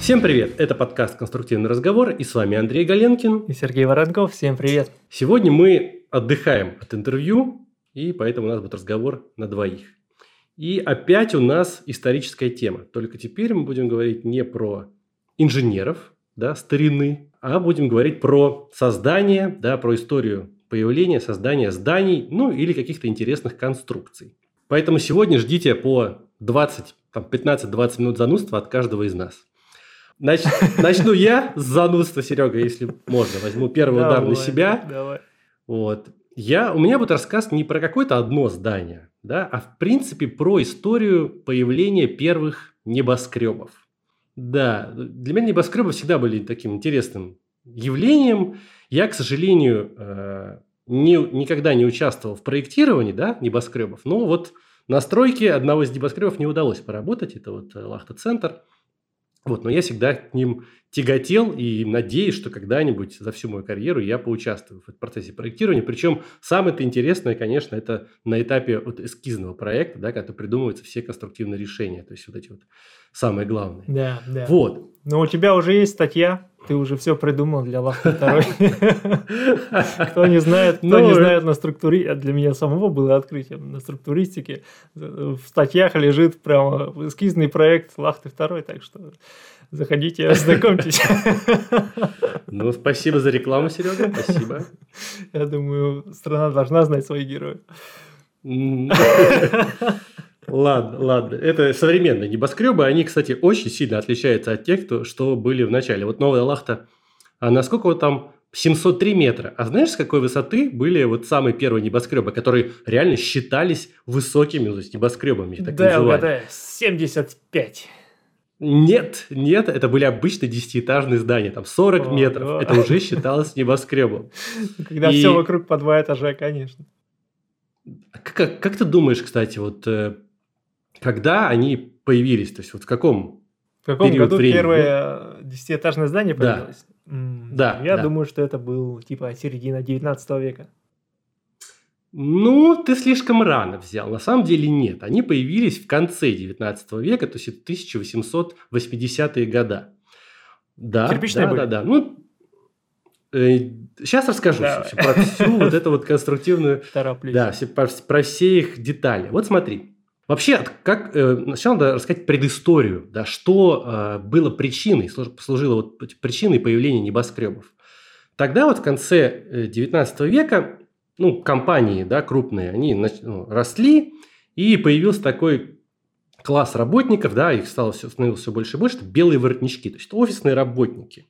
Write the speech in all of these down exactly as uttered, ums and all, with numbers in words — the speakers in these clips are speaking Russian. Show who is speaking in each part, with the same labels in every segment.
Speaker 1: Всем привет! Это подкаст «Конструктивный разговор», и с вами Андрей Галенкин
Speaker 2: и Сергей Воронков. Всем привет!
Speaker 1: Сегодня мы отдыхаем от интервью, и поэтому у нас будет разговор на двоих. И опять у нас историческая тема. Только теперь мы будем говорить не про инженеров, да, старины, а будем говорить про создание, да, про историю появления, создания зданий, ну или каких-то интересных конструкций. Поэтому сегодня ждите по двадцать, пятнадцать-двадцать минут занудства от каждого из нас. Нач... Начну я с занудства, Серега, если можно. Возьму первый удар на себя.
Speaker 2: Давай.
Speaker 1: Вот. Я... У меня будет рассказ не про какое-то одно здание, да, а в принципе про историю появления первых небоскребов. Да, для меня небоскребы всегда были таким интересным явлением. Я, к сожалению, не... никогда не участвовал в проектировании, да, небоскребов, но вот на стройке одного из небоскребов не удалось поработать. Это вот Лахта-центр. Вот, но я всегда к ним тяготел и надеюсь, что когда-нибудь за всю мою карьеру я поучаствую в процессе проектирования. Причем самое-то интересное, конечно, это на этапе вот эскизного проекта, да, когда придумываются все конструктивные решения. То есть вот эти вот самые главные.
Speaker 2: Да, да.
Speaker 1: Вот.
Speaker 2: Но у тебя уже есть статья, ты уже все придумал для Лахты второй. Кто не знает, кто не знает на структуре, для меня самого было открытием на структуристике. В статьях лежит прямо эскизный проект Лахты второй, так что заходите, ознакомьтесь.
Speaker 1: Ну, спасибо за рекламу, Серега, спасибо.
Speaker 2: Я думаю, страна должна знать своих героев.
Speaker 1: Ладно, ладно. Это современные небоскребы. Они, кстати, очень сильно отличаются от тех, кто, что были в начале. Вот новая Лахта, а насколько вот там семьсот три метра. А знаешь, с какой высоты были вот самые первые небоскребы, которые реально считались высокими, то есть небоскребами, их так
Speaker 2: да,
Speaker 1: называли?
Speaker 2: угадай, семьдесят пять.
Speaker 1: Нет, нет, это были обычные десятиэтажные здания, там сорок О, метров. Да. Это уже считалось небоскребом.
Speaker 2: Когда И... все вокруг по два этажа, конечно.
Speaker 1: Как, как ты думаешь, кстати, вот когда они появились, то есть вот в каком
Speaker 2: В каком году
Speaker 1: времени?
Speaker 2: Первое десятиэтажное здание появилось?
Speaker 1: Да.
Speaker 2: Я
Speaker 1: да.
Speaker 2: думаю, что это был типа середина девятнадцатого века.
Speaker 1: Ну, ты слишком рано взял. На самом деле нет. Они появились в конце девятнадцатого века, то есть это тысяча восемьсот восьмидесятые годы. Да,
Speaker 2: Кирпичные
Speaker 1: да,
Speaker 2: были?
Speaker 1: да, да. Ну, э, сейчас расскажу все, про всю вот эту вот конструктивную... Да, все, про, про все их детали. Вот смотри. Вообще, как, э, сначала надо рассказать предысторию, да, что э, было причиной, служило вот причиной появления небоскребов. Тогда вот в конце девятнадцатого века, ну, компании, да, крупные, они ну, росли, и появился такой класс работников, да, их стало все, становилось все больше и больше, это белые воротнички, то есть офисные работники.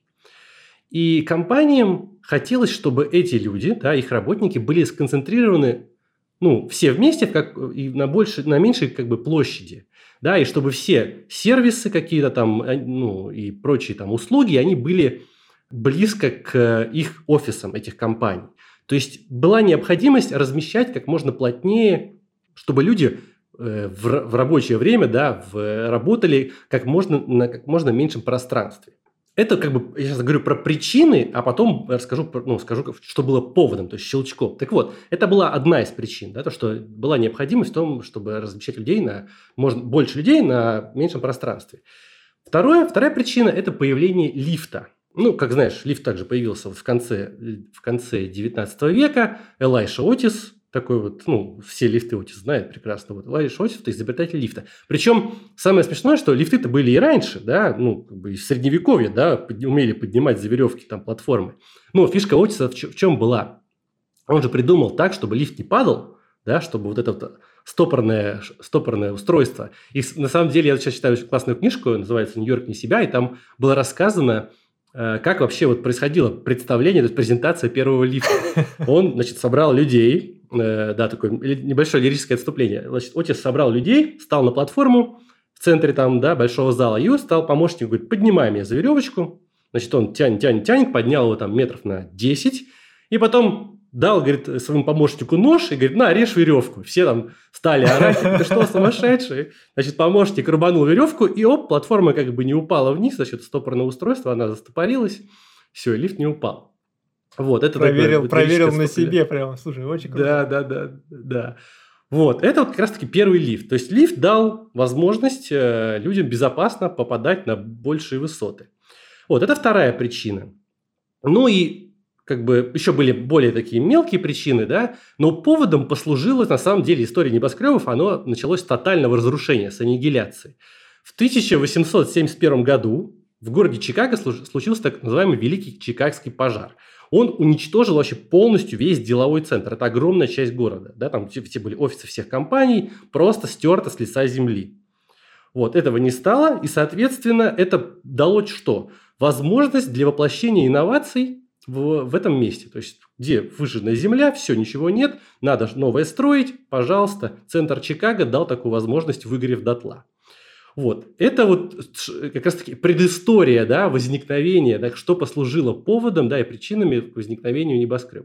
Speaker 1: И компаниям хотелось, чтобы эти люди, да, их работники были сконцентрированы, ну, все вместе как, и на, больше, на меньшей как бы, площади, да, и чтобы все сервисы какие-то там, ну, и прочие там услуги, они были близко к их офисам этих компаний. То есть была необходимость размещать как можно плотнее, чтобы люди э, в, в рабочее время, да, в, работали как можно, на как можно меньшем пространстве. Это как бы, я сейчас говорю про причины, а потом расскажу, ну, скажу, что было поводом, то есть щелчком. Так вот, это была одна из причин, да, то, что была необходимость в том, чтобы размещать людей на, можно, больше людей на меньшем пространстве. Второе, вторая причина – это появление лифта. Ну, как знаешь, лифт также появился вот в конце, в конце девятнадцатого века. Элайша Отис, такой вот, ну, все лифты Отис знают прекрасно. Вот Элайша Отис – это изобретатель лифта. Причем самое смешное, что лифты-то были и раньше, да, ну, как бы и в Средневековье, да, под, умели поднимать за веревки там платформы. Но фишка Отиса в, в чем была? Он же придумал так, чтобы лифт не падал, да, чтобы вот это вот стопорное, стопорное устройство. И на самом деле я сейчас читаю очень классную книжку, называется «Нью-Йорк не себя», и там было рассказано, как вообще вот происходило представление, то есть презентация первого лифта. Он, значит, собрал людей, э, да, такое небольшое лирическое отступление. Значит, Отис собрал людей, встал на платформу в центре там, да, большого зала, и стал помощнику, говорит, поднимай меня за веревочку. Значит, он тянет, тянет, тянет, поднял его там метров на десять, и потом дал, говорит, своему помощнику нож и говорит, на, режь веревку. Все там стали орать, ты что, сумасшедший? Значит, помощник рубанул веревку, и оп, платформа как бы не упала вниз, значит, стопорное устройство, она застопорилась, все, и лифт не упал. Вот, это
Speaker 2: проверил,
Speaker 1: такое,
Speaker 2: проверил на себе прямо, слушай, очень круто.
Speaker 1: Да, да, да, да. Вот, это вот как раз-таки первый лифт. То есть лифт дал возможность э, людям безопасно попадать на большие высоты. Вот, это вторая причина. Ну и как бы еще были более такие мелкие причины, да, но поводом послужила на самом деле история небоскребов, оно началось с тотального разрушения, с аннигиляции. В тысяча восемьсот семьдесят первом году в городе Чикаго случился так называемый Великий Чикагский пожар. Он уничтожил вообще полностью весь деловой центр. Это огромная часть города. Да, там все были офисы всех компаний, просто стерто с лица земли. Вот, этого не стало, и, соответственно, это дало что? Возможность для воплощения инноваций в, в этом месте. То есть, где выжженная земля, все, ничего нет, надо новое строить, пожалуйста. Центр Чикаго дал такую возможность, выгорев дотла. Вот, это вот как раз-таки предыстория, да, возникновения, да, что послужило поводом, да, и причинами к возникновению небоскребов.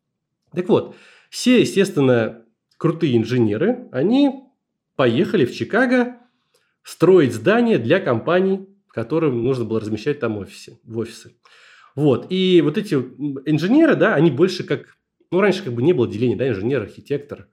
Speaker 1: Так вот, все, естественно, крутые инженеры, они поехали в Чикаго строить здания для компаний, которым нужно было размещать там офисы, в офисы. Вот, и вот эти инженеры, да, они больше как, ну, раньше как бы не было деления, да, инженер, архитектор.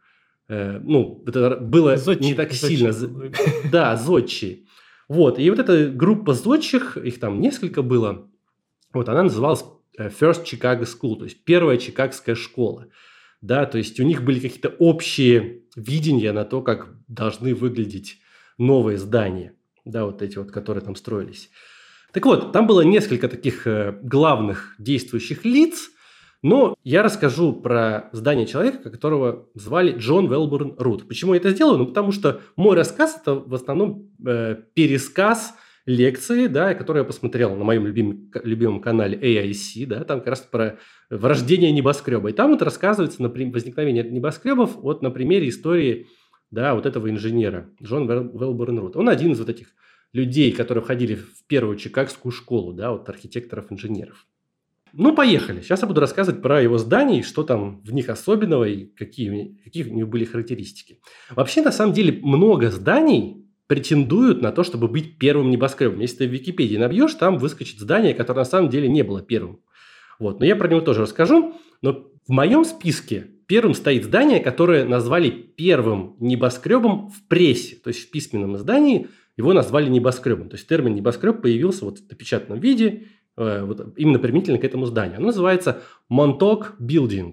Speaker 1: Ну, это было зодчие, не так сильно. Зодчие. Да, зодчие. Вот, и вот эта группа зодчих, их там несколько было, вот, она называлась First Chicago School, то есть первая чикагская школа. Да, то есть у них были какие-то общие видения на то, как должны выглядеть новые здания, да, вот эти вот, которые там строились. Так вот, там было несколько таких главных действующих лиц. Но я расскажу про здание человека, которого звали Джон Велборн Рут. Почему я это сделаю? Ну, потому что мой рассказ – это в основном э, пересказ лекции, да, которую я посмотрел на моем любимом, любимом канале эй ай си, да, там как раз про врождение небоскреба. И там вот рассказывается на возникновение небоскребов вот на примере истории, да, вот этого инженера Джон Велборн Рут. Он один из вот этих людей, которые входили в первую чикагскую школу, да, вот архитекторов-инженеров. Ну, поехали. Сейчас я буду рассказывать про его здания, что там в них особенного и какие, какие у них были характеристики. Вообще, на самом деле, много зданий претендуют на то, чтобы быть первым небоскребом. Если ты в Википедии набьешь, там выскочит здание, которое на самом деле не было первым. Вот. Но я про него тоже расскажу. Но в моем списке первым стоит здание, которое назвали первым небоскребом в прессе. То есть в письменном издании его назвали небоскребом. То есть термин небоскреб появился вот в напечатанном виде, вот именно применительно к этому зданию. Оно называется Montauk Building.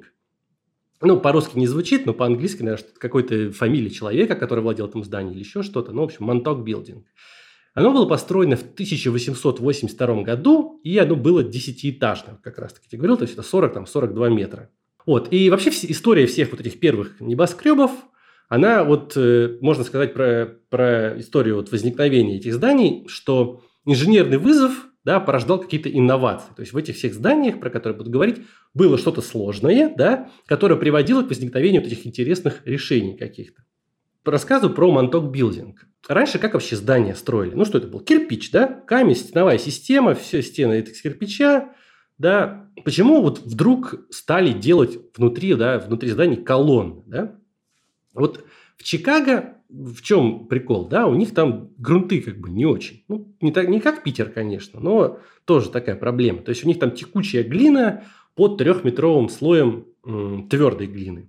Speaker 1: Ну, по-русски не звучит, но по-английски, наверное, какой-то фамилия человека, который владел этим зданием или еще что-то. Ну, в общем, Montauk Building. Оно было построено в тысяча восемьсот восемьдесят втором году, и оно было десятиэтажным, как раз-таки я говорил, то есть это сорок сорок два метра. Вот. И вообще история всех вот этих первых небоскребов, она вот, можно сказать про, про историю вот возникновения этих зданий, что инженерный вызов, да, порождал какие-то инновации. То есть в этих всех зданиях, про которые буду говорить, было что-то сложное, да, которое приводило к возникновению вот этих интересных решений каких-то. Рассказываю про Montauk Building. Раньше как вообще здания строили? Ну, что это был? Кирпич, да? Камень, стеновая система, все стены это из кирпича, да? Почему вот вдруг стали делать внутри, да, внутри зданий колонны, да? Вот в Чикаго в чем прикол, да? У них там грунты как бы не очень. Ну, не, так, не как Питер, конечно, но тоже такая проблема. То есть у них там текучая глина под трехметровым слоем м, твердой глины.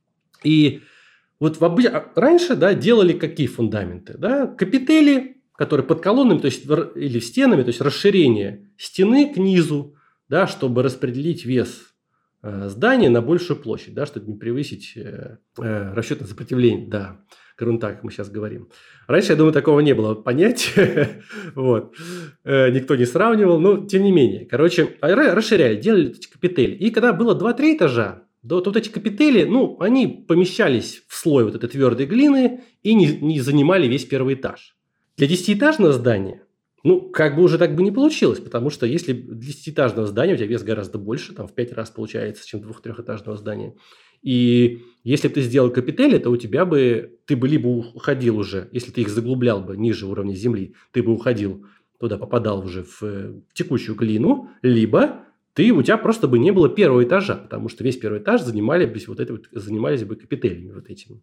Speaker 1: И вот в обы... раньше, да, делали какие фундаменты? Да? Капители, которые под колоннами, то есть или стенами, то есть расширение стены к низу, да, чтобы распределить вес э, здания на большую площадь, да, чтобы не превысить э, э, расчетное сопротивление, да, грунта, как мы сейчас говорим. Раньше, я думаю, такого не было понятия, вот. э, никто не сравнивал, но тем не менее. Короче, расширяли, делали эти капители. И когда было два-три этажа, да, вот, вот эти капители, ну, они помещались в слой вот этой твердой глины и не, не занимали весь первый этаж. Для десятиэтажного здания, ну, как бы уже так бы не получилось, потому что если для десятиэтажного здания у тебя вес гораздо больше, там в пять раз получается, чем двух-трехэтажного здания. И если бы ты сделал капители, то у тебя бы, ты бы либо уходил уже, если ты их заглублял бы ниже уровня земли, ты бы уходил туда, попадал уже в, в текущую глину, либо ты, у тебя просто бы не было первого этажа, потому что весь первый этаж занимали бы, вот это вот, занимались бы капителями вот этими.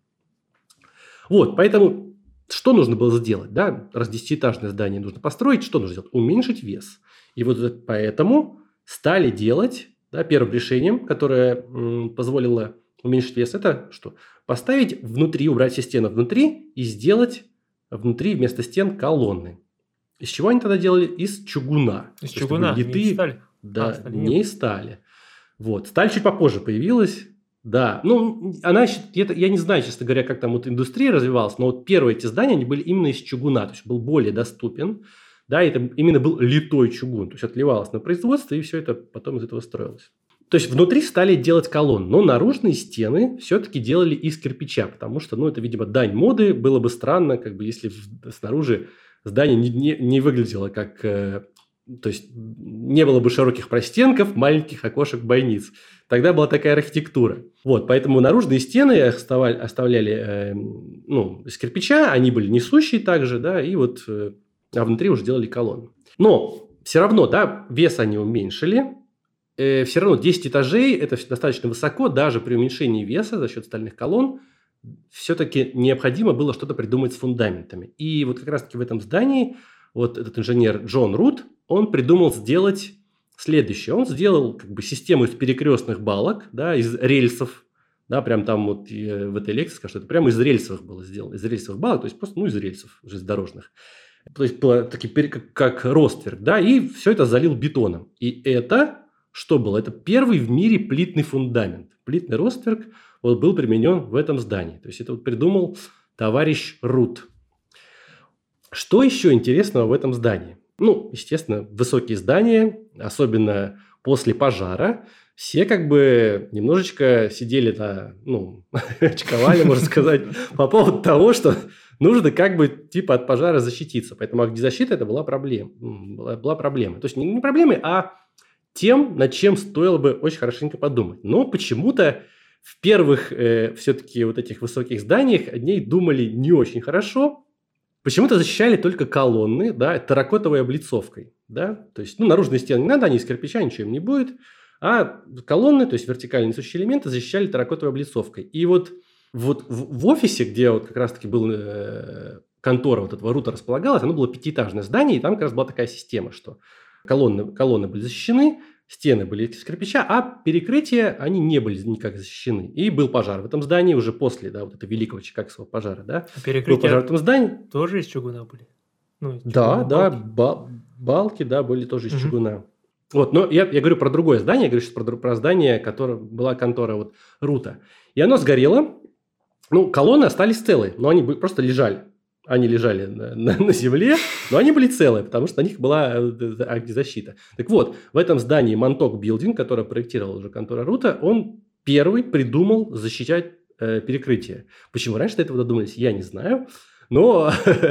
Speaker 1: Вот, поэтому что нужно было сделать? Да? Раз десятиэтажное здание нужно построить, что нужно сделать? Уменьшить вес. И вот поэтому стали делать, да, первым решением, которое м, позволило уменьшить вес, это что? Поставить внутри, убрать все стены внутри и сделать внутри вместо стен колонны. Из чего они тогда делали? Из чугуна.
Speaker 2: Из чугуна, литые, не из стали?
Speaker 1: Да, а, стали, не из стали. Вот. Сталь чуть попозже появилась. Да, ну, она, это, я не знаю, честно говоря, как там вот индустрия развивалась, но вот первые эти здания, они были именно из чугуна, то есть был более доступен, да, это именно был литой чугун, то есть отливалось на производство, и все это потом из этого строилось. То есть внутри стали делать колонн, но наружные стены все-таки делали из кирпича, потому что, ну, это, видимо, дань моды, было бы странно, как бы, если снаружи здание не, не, не выглядело как... То есть не было бы широких простенков, маленьких окошек, бойниц. Тогда была такая архитектура. Вот, поэтому наружные стены оставали, оставляли э, ну, из кирпича, они были несущие также, да, и вот, э, а внутри уже делали колонны. Но все равно, да, вес они уменьшили. Э, все равно десять этажей – это достаточно высоко, даже при уменьшении веса за счет стальных колонн все-таки необходимо было что-то придумать с фундаментами. И вот как раз-таки в этом здании вот этот инженер Джон Рут, он придумал сделать следующее. Он сделал как бы систему из перекрестных балок, да, из рельсов. Да, прям там вот в этой лекции скажу, что это прямо из рельсовых было сделано. Из рельсовых балок, то есть просто ну, из рельсов железнодорожных. То есть было такие, как, как ростверк, да, и все это залил бетоном. И это что было? Это первый в мире плитный фундамент. Плитный ростверк вот, был применен в этом здании. То есть это вот придумал товарищ Рут. Что еще интересного в этом здании? Ну, естественно, высокие здания, особенно после пожара, все как бы немножечко сидели на, ну, очковали, можно сказать, по поводу того, что нужно как бы типа от пожара защититься. Поэтому огнезащита это была проблема. Была, была проблема. То есть не проблемой, а тем, над чем стоило бы очень хорошенько подумать. Но почему-то в первых э, все-таки вот этих высоких зданиях о ней думали не очень хорошо. Почему-то защищали только колонны, да, терракотовой облицовкой, да, то есть, ну, наружные стены не надо, они из кирпича, ничего им не будет, а колонны, то есть вертикально несущие элементы, защищали терракотовой облицовкой. И вот, вот в, в офисе, где вот как раз-таки был э, контора вот этого Рута располагалась, оно было пятиэтажное здание, и там как раз была такая система, что колонны, колонны были защищены, стены были из кирпича, а перекрытия, они не были никак защищены. И был пожар в этом здании уже после, да, вот этого великого чикагского пожара, да.
Speaker 2: А перекрытия
Speaker 1: был пожар в этом здании.
Speaker 2: Тоже из чугуна были? Ну, из
Speaker 1: да, да, балки. балки, да, были тоже из угу. чугуна. Вот, но я, я говорю про другое здание, я говорю сейчас про, про здание, которое была контора вот Рута. И оно сгорело, ну, колонны остались целые, но они просто лежали. Они лежали на, на, на земле, но они были целые, потому что на них была огнезащита. Так вот, в этом здании Montauk Building, которое проектировал уже контора Рута, он первый придумал защищать э, перекрытие. Почему раньше до этого додумались, я не знаю. Но,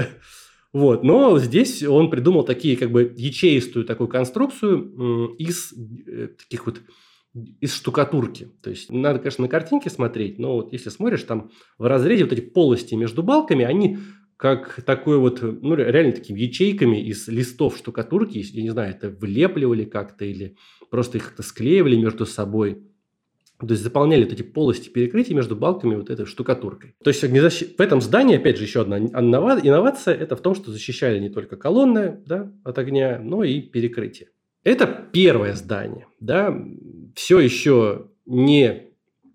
Speaker 1: вот, но здесь он придумал такие, как бы, ячеистую такую конструкцию из э, таких вот из штукатурки. То есть, надо, конечно, на картинке смотреть, но вот если смотришь, там в разрезе вот эти полости между балками, они как такой вот, ну, реально такими ячейками из листов штукатурки, я не знаю, это влепливали как-то или просто их как-то склеивали между собой. То есть, заполняли вот эти полости перекрытия между балками вот этой штукатуркой. То есть, в этом здании, опять же, еще одна инновация, это в том, что защищали не только колонны, да, от огня, но и перекрытие. Это первое здание, да, все еще не,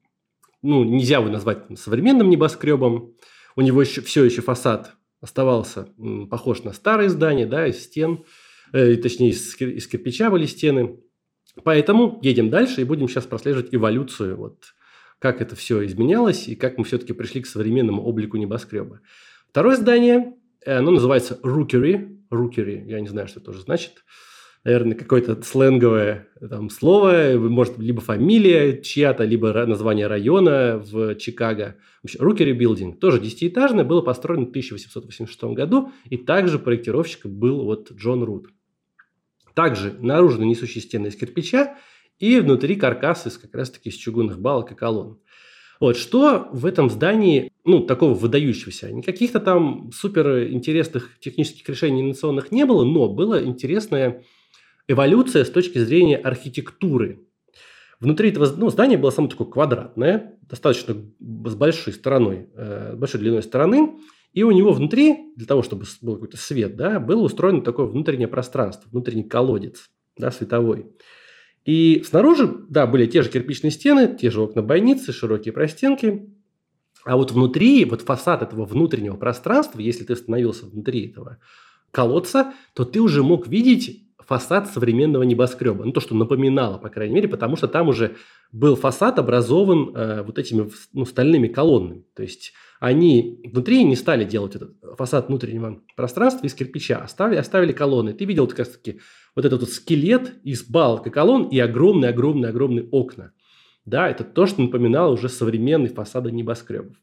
Speaker 1: ну, нельзя его назвать современным небоскребом. У него еще, все еще фасад оставался м, похож на старые здания, да, из стен, э, точнее, из, из кирпича были стены. Поэтому едем дальше и будем сейчас прослеживать эволюцию, вот, как это все изменялось и как мы все-таки пришли к современному облику небоскреба. Второе здание, оно называется Rookery. Rookery, я не знаю, что это тоже значит. Наверное, какое-то сленговое там слово, может, либо фамилия чья-то, либо название района в Чикаго. Rookery Building, тоже десятиэтажное, было построено в тысяча восемьсот восемьдесят шестом году, и также проектировщиком был вот Джон Рут. Также наружно несущие стены из кирпича и внутри каркас из как раз-таки из чугунных балок и колонн. Вот, что в этом здании, ну, такого выдающегося? Никаких-то там суперинтересных технических решений инновационных не было, но было интересное эволюция с точки зрения архитектуры. Внутри этого ну, здания было само такое квадратное, достаточно с большой стороной, э, большой длиной стороны, и у него внутри, для того, чтобы был какой-то свет, да, было устроено такое внутреннее пространство, внутренний колодец, да, световой. И снаружи, да, были те же кирпичные стены, те же окна-бойницы, широкие простенки. А вот внутри, вот фасад этого внутреннего пространства, если ты становился внутри этого колодца, то ты уже мог видеть фасад современного небоскреба. Ну, то, что напоминало, по крайней мере, потому что там уже был фасад образован э, вот этими ну, стальными колоннами. То есть они внутри не стали делать этот фасад внутреннего пространства из кирпича, оставили, оставили колонны. Ты видел как раз-таки вот этот вот скелет из балок и колонн и огромные-огромные-огромные окна. Да, это то, что напоминало уже современный фасады небоскребов.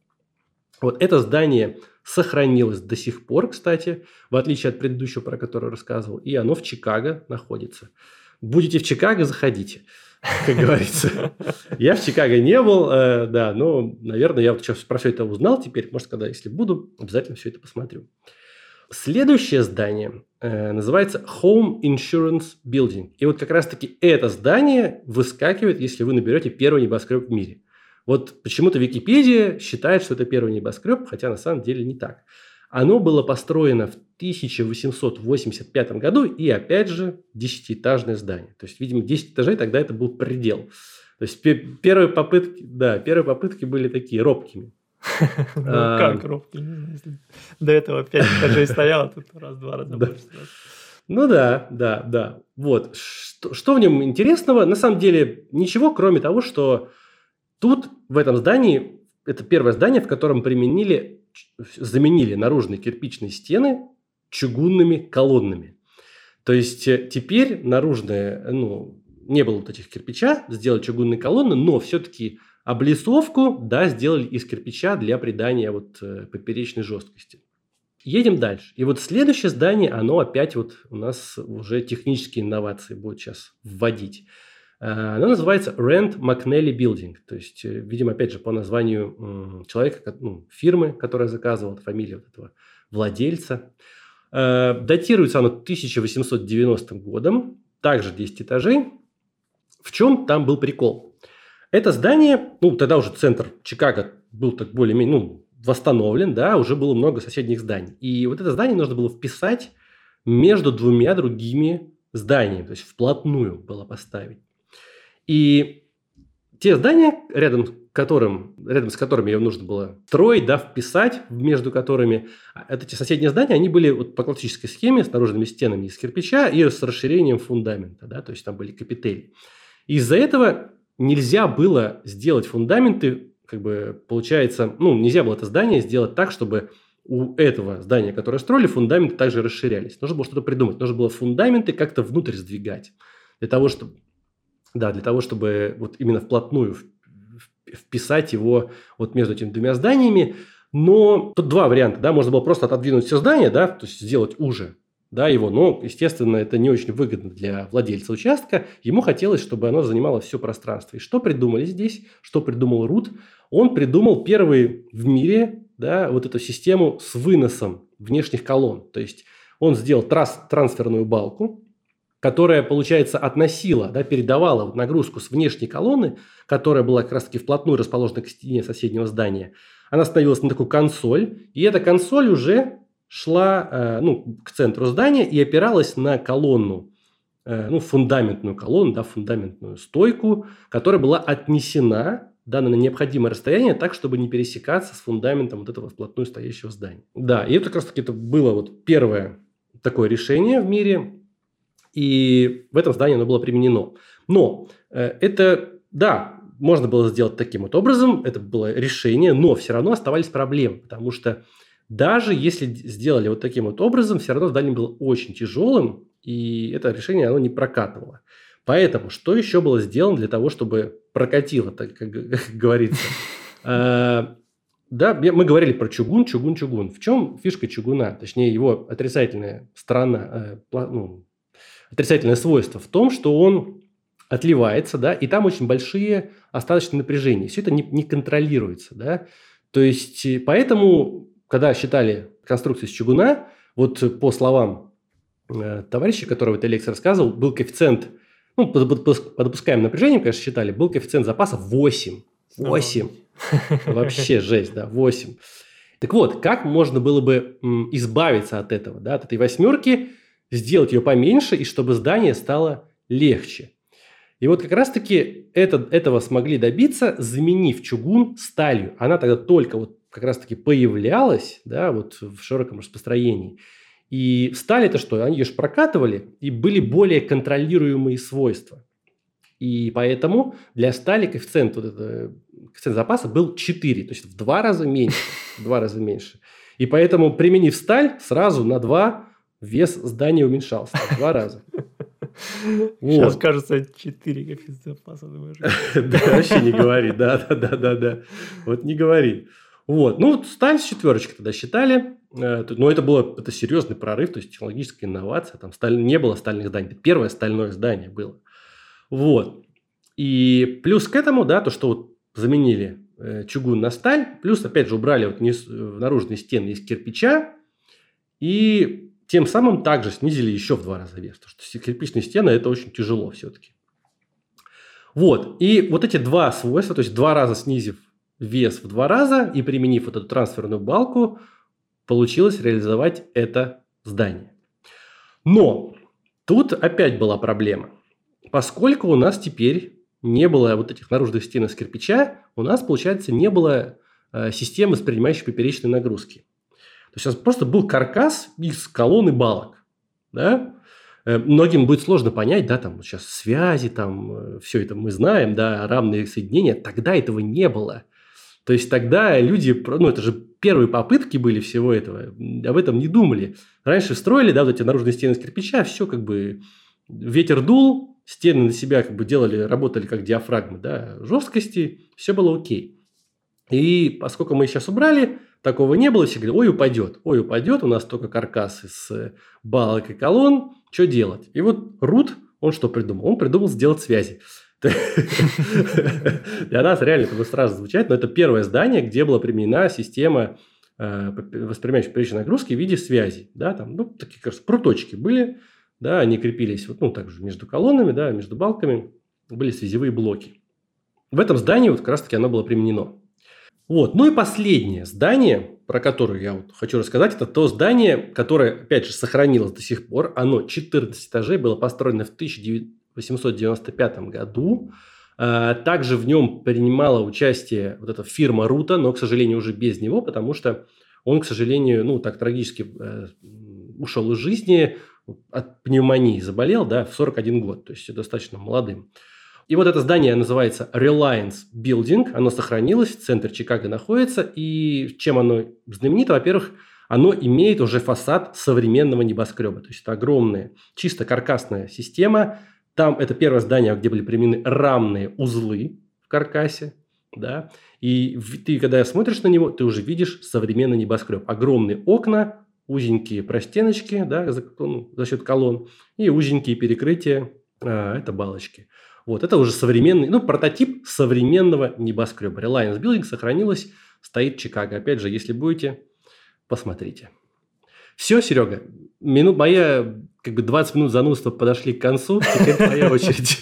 Speaker 1: Вот это здание сохранилось до сих пор, кстати, в отличие от предыдущего, про которое я рассказывал, и оно в Чикаго находится. Будете в Чикаго, заходите, как говорится. Я в Чикаго не был, да, но, наверное, я вот сейчас про все это узнал теперь, может, когда, если буду, обязательно все это посмотрю. Следующее здание э, называется Home Insurance Building. И вот как раз-таки это здание выскакивает, если вы наберете первый небоскреб в мире. Вот почему-то Википедия считает, что это первый небоскреб, хотя на самом деле не так. Оно было построено в тысяча восемьсот восемьдесят пятом году и, опять же, десятиэтажное здание. То есть, видимо, десять этажей тогда это был предел. То есть, первые попытки, да, первые попытки были такие робкими.
Speaker 2: Ну, как робкий? До этого пять этажей стояло, тут раз-два раза больше.
Speaker 1: Ну да, да, да. Вот. Что в нем интересного? На самом деле ничего, кроме того, что тут, в этом здании, это первое здание, в котором применили, заменили наружные кирпичные стены чугунными колоннами. То есть теперь наружные, ну, не было вот этих кирпича, сделали чугунные колонны, но все-таки облицовку, да, сделали из кирпича для придания вот поперечной жесткости. Едем дальше. И вот следующее здание, оно опять вот у нас уже технические инновации будут сейчас вводить. Оно называется Rand McNally Building. То есть, видимо, опять же, по названию человека, ну, фирмы, которая заказывала, фамилия вот этого владельца. Датируется оно тысяча восемьсот девяностым годом, также десять этажей. В чем там был прикол? Это здание, ну, тогда уже центр Чикаго был так более-менее, ну, восстановлен, да, уже было много соседних зданий. И вот это здание нужно было вписать между двумя другими зданиями, то есть вплотную было поставить. И те здания, рядом с которым, рядом с которыми ее нужно было строить, да, вписать, между которыми, это эти соседние здания, они были вот по классической схеме с наружными стенами из кирпича и с расширением фундамента, да, то есть там были капители. Из-за этого нельзя было сделать фундаменты, как бы получается, ну, нельзя было это здание сделать так, чтобы у этого здания, которое строили, фундаменты также расширялись. Нужно было что-то придумать. Нужно было фундаменты как-то внутрь сдвигать. Для того, чтобы, да, для того, чтобы вот именно вплотную вписать его вот между этими двумя зданиями. Но тут два варианта. Да? Можно было просто отодвинуть все здание, да, то есть сделать уже. Да, его, но, естественно, это не очень выгодно для владельца участка. Ему хотелось, чтобы оно занимало все пространство. И что придумали здесь? Что придумал Рут? Он придумал первый в мире, да, вот эту систему с выносом внешних колонн. То есть он сделал трасс, трансферную балку, которая, получается, относила, да, передавала нагрузку с внешней колонны, которая была как раз-таки вплотную расположена к стене соседнего здания. Она становилась на такую консоль, и эта консоль уже шла э, ну, к центру здания и опиралась на колонну, э, ну, фундаментную колонну, да, фундаментную стойку, которая была отнесена, да, на необходимое расстояние так, чтобы не пересекаться с фундаментом вот этого вплотную стоящего здания. Да, и это как раз-таки это было вот первое такое решение в мире, и в этом здании оно было применено. Но э, это, да, можно было сделать таким вот образом, это было решение, но все равно оставались проблемы, потому что даже если сделали вот таким вот образом, все равно здание было очень тяжелым, и это решение оно не прокатывало. Поэтому что еще было сделано для того, чтобы прокатило, так как говорится? Да, мы говорили про чугун, чугун, чугун. В чем фишка чугуна? Точнее, его отрицательная сторона, ну, отрицательное свойство в том, что он отливается, да, и там очень большие остаточные напряжения. Все это не, не контролируется, да. То есть, поэтому, когда считали конструкцию из чугуна, вот по словам э, товарища, которого этой лекции рассказывал, был коэффициент, ну, по, по, по допускаемым напряжениям, конечно, считали, был коэффициент запаса восемь. восемь. Вообще жесть, да, восемь. Так вот, как можно было бы м, избавиться от этого, да, от этой восьмерки, сделать ее поменьше, и чтобы здание стало легче. И вот как раз-таки это, этого смогли добиться, заменив чугун сталью. Она тогда только вот как раз-таки появлялась, да, вот в широком распространении. И сталь это что? Они ее же прокатывали, и были более контролируемые свойства. И поэтому для стали коэффициент, вот это, коэффициент запаса был четыре, то есть в два раза меньше. В два раза меньше. И поэтому, применив сталь, сразу на два вес здания уменьшался. В два раза.
Speaker 2: Сейчас вот. Кажется, четыре коэффициент запаса.
Speaker 1: Да, вообще не говори. Да, да, да, да, да. Вот не говори. Вот. Ну, сталь с четверочкой тогда считали. Но это было это серьезный прорыв, то есть технологическая инновация. Там сталь, не было стальных зданий. Это первое стальное здание было. Вот. И плюс к этому, да, то, что вот заменили э, чугун на сталь, плюс, опять же, убрали вот низ, наружные стены из кирпича, и тем самым также снизили еще в два раза вес, потому что кирпичные стены – это очень тяжело все-таки. Вот. И вот эти два свойства, то есть два раза снизив вес в два раза и применив вот эту трансферную балку, получилось реализовать это здание. Но тут опять была проблема. Поскольку у нас теперь не было вот этих наружных стен из кирпича, у нас, получается, не было э, системы, принимающей поперечные нагрузки. То есть у нас просто был каркас из колонн и балок. Да? Э, многим будет сложно понять, да, там сейчас связи, там э, все это мы знаем, да, равные соединения. Тогда этого не было. То есть тогда люди, ну это же первые попытки были всего этого, об этом не думали. Раньше строили, да, вот эти наружные стены из кирпича, все как бы ветер дул, стены на себя как бы делали, работали как диафрагмы, да, жесткости, все было окей. И поскольку мы сейчас убрали, такого не было, все говорили, ой, упадет, ой, упадет, у нас только каркас из балок и колонн, что делать? И вот Рут, он что придумал? Он придумал сделать связи. Для нас реально это будет сразу звучать, но это первое здание, где была применена система воспринимающей поперечной нагрузки в виде связей. Да, там, ну, такие, кажется, пруточки были. Да, они крепились вот, ну, также между колоннами, да, между балками были связевые блоки. В этом здании вот как раз-таки оно было применено. Вот. Ну и последнее здание, про которое я вот хочу рассказать, это то здание, которое, опять же, сохранилось до сих пор. Оно четырнадцать этажей, было построено в тысяча восемьсот девяносто пятом году. Также в нем принимала участие вот эта фирма Рута, но, к сожалению, уже без него, потому что он, к сожалению, ну, так трагически ушел из жизни, от пневмонии заболел, да, в сорок один год, то есть достаточно молодым. И вот это здание называется Reliance Building, оно сохранилось, в центре Чикаго находится, и чем оно знаменито? Во-первых, оно имеет уже фасад современного небоскреба, то есть это огромная, чисто каркасная система. Там это первое здание, где были применены рамные узлы в каркасе, да, и ты, когда смотришь на него, ты уже видишь современный небоскреб, огромные окна, узенькие простеночки, да, за, ну, за счет колонн, и узенькие перекрытия, а, это балочки. Вот, это уже современный, ну, прототип современного небоскреба. Reliance Building сохранилась, стоит в Чикаго. Опять же, если будете, посмотрите. Все, Серега, минут, моя как бы двадцать минут занудства подошли к концу, теперь твоя очередь.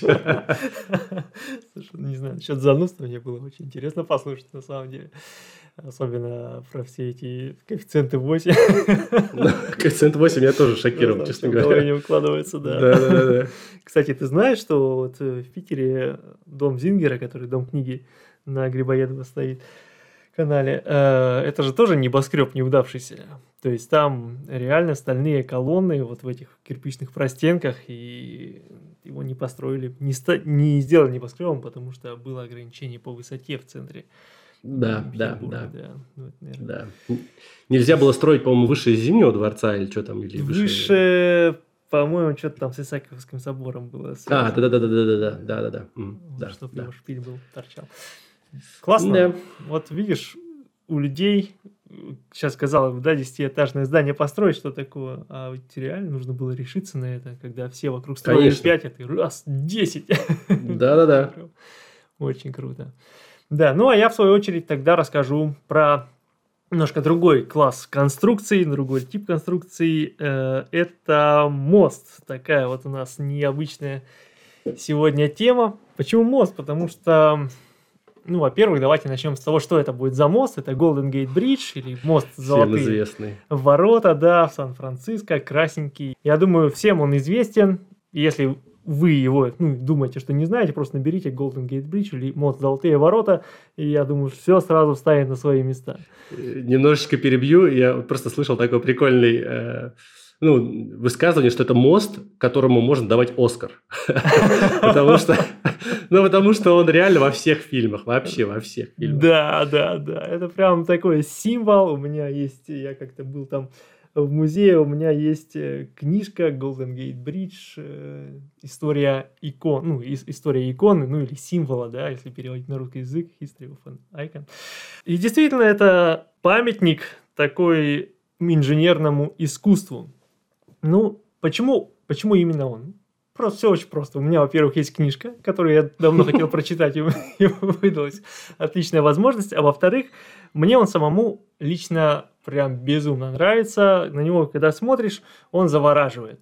Speaker 2: Слушай, не знаю, насчет занудства мне было очень интересно послушать, на самом деле. Особенно про все эти коэффициенты восемь.
Speaker 1: Коэффициент восемь я тоже шокирован, честно говоря. В голове
Speaker 2: не укладывается, да.
Speaker 1: Да, да, да.
Speaker 2: Кстати, ты знаешь, что вот в Питере дом Зингера, который дом книги на Грибоедова стоит, канале, э, это же тоже небоскреб неудавшийся. То есть там реально стальные колонны вот в этих кирпичных простенках, и его не построили, не, ста- не сделали небоскребом, потому что было ограничение по высоте в центре.
Speaker 1: Да, да, да.
Speaker 2: Да. Вот,
Speaker 1: да. Нельзя было строить, по-моему, выше Зимнего дворца или что там? Или
Speaker 2: выше... выше, по-моему, что-то там с Исааковским собором было.
Speaker 1: А, да-да-да-да-да-да, да-да-да.
Speaker 2: Да, чтобы да. его шпиль был, торчал. Классно. Да. Вот видишь, у людей, сейчас казалось бы, да, десятиэтажное здание построить, что такое, а ведь реально нужно было решиться на это, когда все вокруг строили пять, а ты раз, десять.
Speaker 1: Да-да-да.
Speaker 2: Очень круто. Да, ну а я в свою очередь тогда расскажу про немножко другой класс конструкций, другой тип конструкций. Это мост. Такая вот у нас необычная сегодня тема. Почему мост? Потому что, ну, во-первых, давайте начнем с того, что это будет за мост. Это Golden Gate Bridge или мост Золотые
Speaker 1: известный.
Speaker 2: Ворота, да, в Сан-Франциско, красненький. Я думаю, всем он известен. Если вы его ну, думаете, что не знаете, просто наберите Golden Gate Bridge или мост «Золотые ворота», и я думаю, все сразу встанет на свои места.
Speaker 1: Немножечко перебью. Я просто слышал такой прикольный э, ну, высказывание, что это мост, которому можно давать Оскар. Потому что... Ну, потому что он реально во всех фильмах, вообще во всех фильмах.
Speaker 2: Да, да, да. Это прям такой символ. У меня есть, я как-то был там в музее, у меня есть книжка Golden Gate Bridge, история икон, ну, история иконы, ну, или символа, да, если переводить на русский язык, History of an Icon. И действительно, это памятник такой инженерному искусству. Ну, почему, почему именно он? Просто все очень просто. У меня, во-первых, есть книжка, которую я давно хотел прочитать, и выдалась отличная возможность. А во-вторых, мне он самому лично прям безумно нравится. На него, когда смотришь, он завораживает.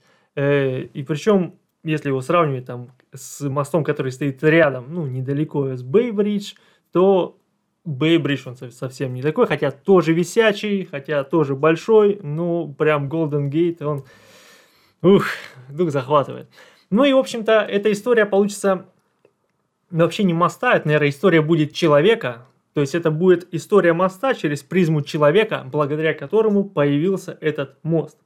Speaker 2: И причем, если его сравнивать там с мостом, который стоит рядом, ну, недалеко с Бэй-Бридж, то Бэй-Бридж он совсем не такой, хотя тоже висячий, хотя тоже большой, но прям Golden Gate, он, ух, дух захватывает. Ну и, в общем-то, эта история получится вообще не моста, это, наверное, история будет человека. То есть это будет история моста через призму человека, благодаря которому появился этот мост.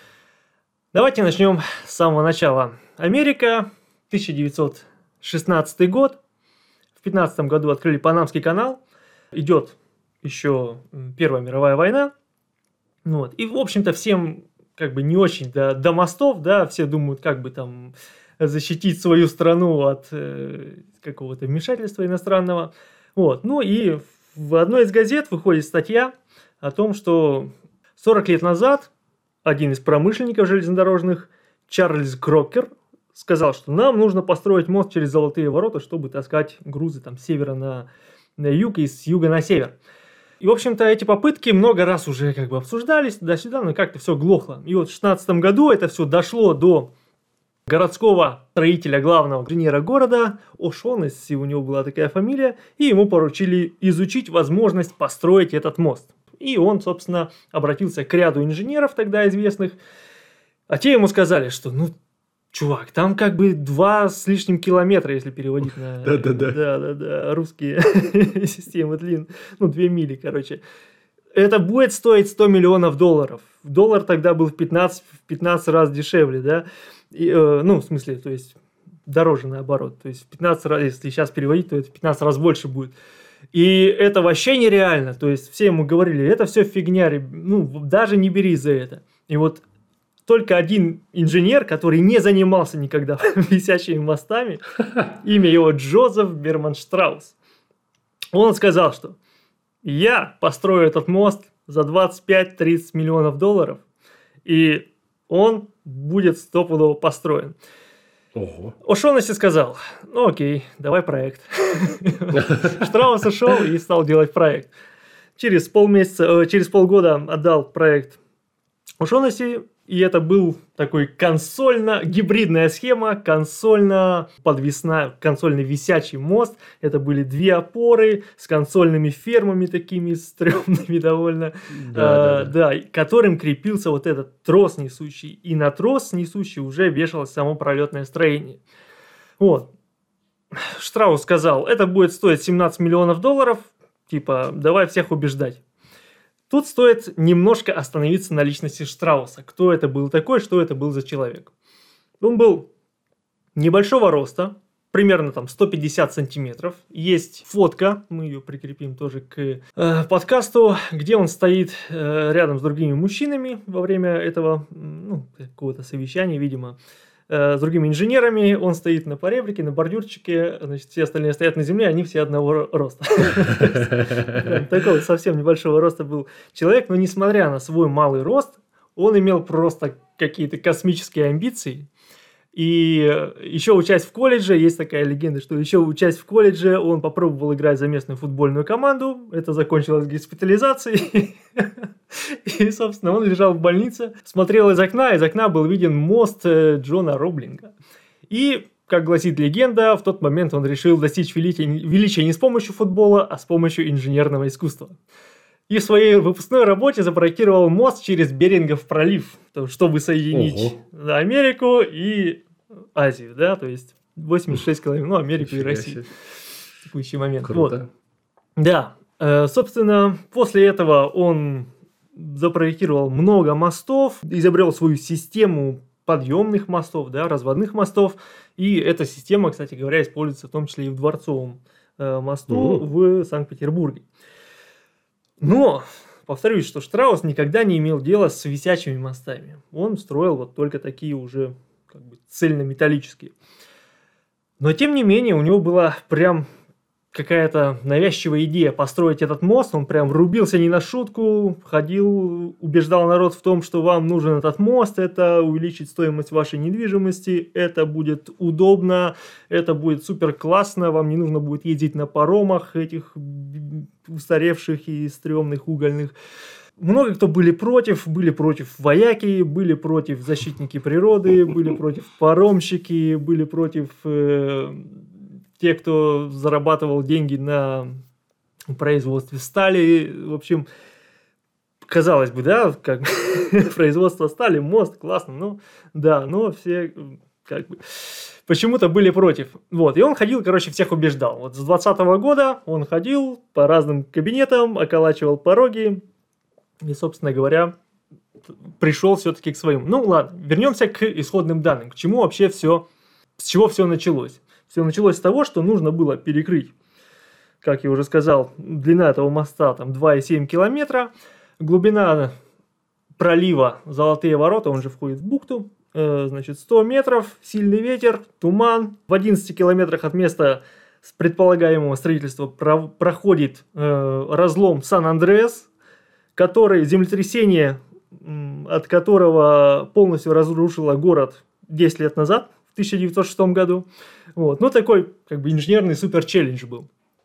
Speaker 2: Давайте начнем с самого начала. Америка, тысяча девятьсот шестнадцатый год. В пятнадцатом году открыли Панамский канал. Идет еще Первая мировая война. Вот. И, в общем-то, всем... как бы не очень до, до мостов, да, все думают, как бы там защитить свою страну от э, какого-то вмешательства иностранного. Вот. Ну и в одной из газет выходит статья о том, что сорок лет назад один из промышленников железнодорожных, Чарльз Крокер, сказал, что нам нужно построить мост через Золотые ворота, чтобы таскать грузы там с севера на, на юг и с юга на север. И, в общем-то, эти попытки много раз уже как бы обсуждались туда-сюда, но как-то все глохло. И вот в шестнадцатом году это все дошло до городского строителя, главного инженера города, О'Шоннесси, у него была такая фамилия, и ему поручили изучить возможность построить этот мост. И он, собственно, обратился к ряду инженеров тогда известных, а те ему сказали, что, ну, чувак, там как бы два с лишним километра, если переводить на да-да-да. русские системы длин. Ну, две мили, короче. Это будет стоить сто миллионов долларов. Доллар тогда был в пятнадцать, в пятнадцать раз дешевле, да? И, э, ну, в смысле, то есть, дороже наоборот. То есть, в пятнадцать раз, если сейчас переводить, то это в пятнадцать раз больше будет. И это вообще нереально. То есть, все ему говорили, это все фигня, ну, даже не бери за это. И вот только один инженер, который не занимался никогда висячими мостами, имя его Джозеф Берман-Штраус. Он сказал, что я построю этот мост за двадцать пять - тридцать миллионов долларов, и он будет стопудово построен.
Speaker 1: Ого.
Speaker 2: О'Шоннесси сказал, ну окей, давай проект. Штраус ушел и стал делать проект. Через полмесяца, через полгода отдал проект О'Шоннесси. И это был такой консольно-гибридная схема, консольно-подвесная, консольно-висячий мост. Это были две опоры с консольными фермами такими стрёмными довольно, да, а, да, да. да, которым крепился вот этот трос несущий. И на трос несущий уже вешалось само пролетное строение. Вот. Штраус сказал, это будет стоить семнадцать миллионов долларов, типа, давай всех убеждать. Тут стоит немножко остановиться на личности Штрауса. Кто это был такой, что это был за человек. Он был небольшого роста, примерно там сто пятьдесят сантиметров. Есть фотка, мы ее прикрепим тоже к э, подкасту, где он стоит э, рядом с другими мужчинами во время этого, ну, какого-то совещания, видимо, э, с другими инженерами. Он стоит на поребрике, на бордюрчике, значит, все остальные стоят на земле, они все одного роста. Такого совсем небольшого роста был человек, но несмотря на свой малый рост, он имел просто какие-то космические амбиции. И еще учась в колледже, есть такая легенда, что еще учась в колледже, он попробовал играть за местную футбольную команду. Это закончилось госпитализацией. И, собственно, он лежал в больнице, смотрел из окна, из окна был виден мост Джона Роблинга. И, как гласит легенда, в тот момент он решил достичь величия не с помощью футбола, а с помощью инженерного искусства. И в своей выпускной работе запроектировал мост через Берингов пролив, чтобы соединить Ого. Америку и Азию, да, то есть восемьдесят шесть километров, ну, Америку и Россию в текущий момент.
Speaker 1: Круто.
Speaker 2: Вот. Да, э, собственно, после этого он запроектировал много мостов, изобрел свою систему подъемных мостов, да, разводных мостов, и эта система, кстати говоря, используется в том числе и в Дворцовом э, мосту mm-hmm. в Санкт-Петербурге. Но, повторюсь, что Штраус никогда не имел дела с висячими мостами. Он строил вот только такие уже как бы цельнометаллические. Но, тем не менее, у него была прям какая-то навязчивая идея построить этот мост. Он прям врубился не на шутку, ходил, убеждал народ в том, что вам нужен этот мост, это увеличит стоимость вашей недвижимости, это будет удобно, это будет супер классно, вам не нужно будет ездить на паромах этих устаревших и стрёмных угольных. Много кто были против, были против вояки, были против защитники природы, были против паромщики, были против э, те, кто зарабатывал деньги на производстве стали. В общем, казалось бы, да, как производство стали, мост, классно, ну да, но все как бы почему-то были против. Вот, и он ходил, короче, всех убеждал. Вот с двадцатого года он ходил по разным кабинетам, околачивал пороги, и, собственно говоря, пришел все-таки к своему. Ну, ладно, вернемся к исходным данным. К чему вообще все, с чего все началось? Все началось с того, что нужно было перекрыть, как я уже сказал, длина этого моста там два и семь километра, глубина пролива Золотые ворота, он же входит в бухту, э, значит, сто метров, сильный ветер, туман. В одиннадцати километрах от места предполагаемого строительства про- проходит э, разлом Сан-Андреас, который, землетрясение, от которого полностью разрушило город десять лет назад, в тысяча девятьсот шестом году. Вот. Ну, такой как бы инженерный супер-челлендж был.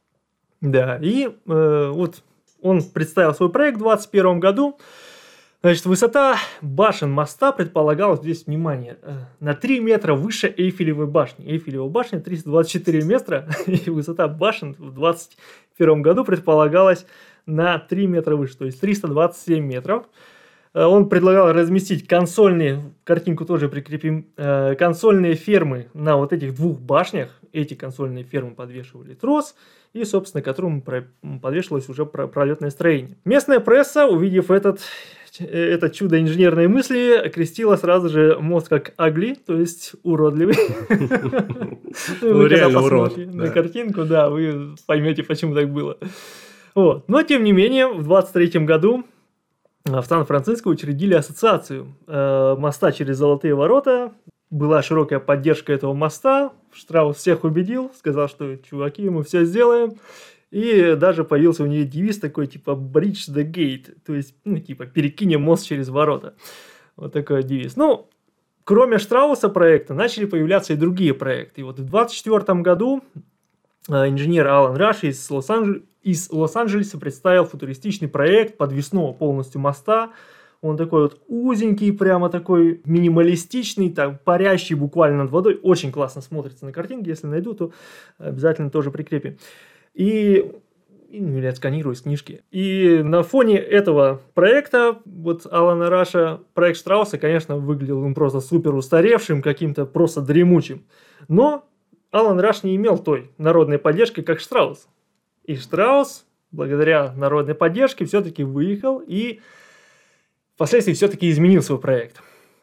Speaker 2: Да, и э, вот он представил свой проект в двадцать первом году. Значит, высота башен моста предполагалась, здесь, внимание, на три метра выше Эйфелевой башни. Эйфелева башня триста двадцать четыре метра, и высота башен в двадцать первом году предполагалась на три метра выше, то есть триста двадцать семь метров. Он предлагал разместить консольные, картинку тоже прикрепим, консольные фермы на вот этих двух башнях. Эти консольные фермы подвешивали трос, и, собственно, к которому подвешивалось уже пролетное строение. Местная пресса, увидев этот, это чудо инженерной мысли, окрестила сразу же мост как ugly, то есть уродливый.
Speaker 1: Ну, реально урод.
Speaker 2: На картинку, да, вы поймете, почему так было. Вот. Но, тем не менее, в двадцать третьем году в Сан-Франциско учредили ассоциацию э, моста через Золотые ворота. Была широкая поддержка этого моста. Штраус всех убедил, сказал, что, чуваки, мы все сделаем. И даже появился у нее девиз такой, типа «Bridge the gate», то есть, ну, типа «Перекинем мост через ворота». Вот такой девиз. Ну, кроме Штрауса проекта, начали появляться и другие проекты. И вот в двадцать четвёртом году э, инженер Алан Раш из Лос-Анджелеса из Лос-Анджелеса представил футуристичный проект подвесного полностью моста. Он такой вот узенький, прямо такой минималистичный, так, парящий буквально над водой. Очень классно смотрится на картинке. Если найду, то обязательно тоже прикрепим. И, ну, или отсканирую из книжки. И на фоне этого проекта, вот Алана Раша, проект Штрауса, конечно, выглядел он просто супер устаревшим, каким-то просто дремучим. Но Алан Раш не имел той народной поддержки, как Штраус. И Штраус, благодаря народной поддержке, все-таки выехал и впоследствии все-таки изменил свой проект.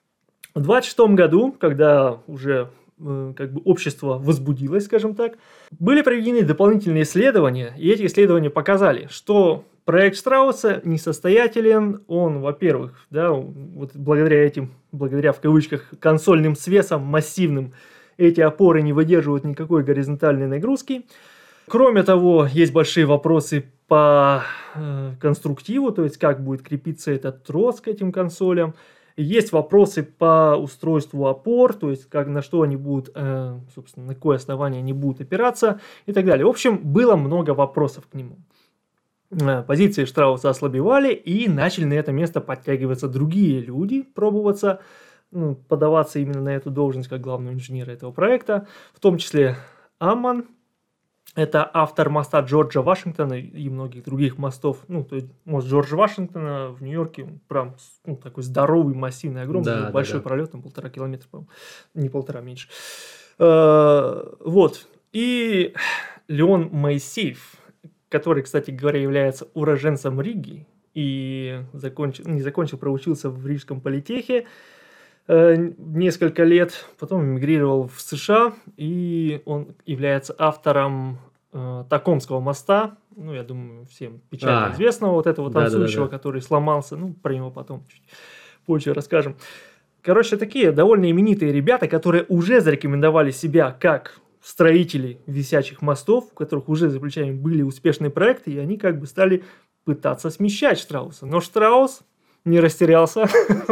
Speaker 2: В двадцать шестом году, когда уже э, как бы общество возбудилось, скажем так, были проведены дополнительные исследования, и эти исследования показали, что проект Штрауса несостоятелен. Он, во-первых, да, вот благодаря этим, благодаря в кавычках консольным свесам массивным, эти опоры не выдерживают никакой горизонтальной нагрузки. Кроме того, есть большие вопросы по э, конструктиву, то есть как будет крепиться этот трос к этим консолям. Есть вопросы по устройству опор, то есть как, на что они будут, э, собственно, на какое основание они будут опираться и так далее. В общем, было много вопросов к нему. Э, позиции Штрауса ослабевали, и начали на это место подтягиваться другие люди, пробоваться, ну, подаваться именно на эту должность как главного инженера этого проекта, в том числе Амман. Это автор моста Джорджа Вашингтона и многих других мостов. Ну, то есть мост Джорджа Вашингтона в Нью-Йорке, прям ну, такой здоровый, массивный, огромный, да, большой да, пролет, там полтора километра, по-моему, не полтора, меньше. Вот. И Леон Моисеев, который, кстати говоря, является уроженцем Риги и закончил, не закончил, проучился в Рижском политехе несколько лет, потом эмигрировал в США, и он является автором э, Токомского моста, ну, я думаю, всем печально а, известного, вот этого танцующего, да, да, да. который сломался, ну, про него потом чуть позже расскажем. Короче, такие довольно именитые ребята, которые уже зарекомендовали себя как строители висячих мостов, у которых уже за плечами были успешные проекты, и они как бы стали пытаться смещать Штрауса. Но Штраус не растерялся.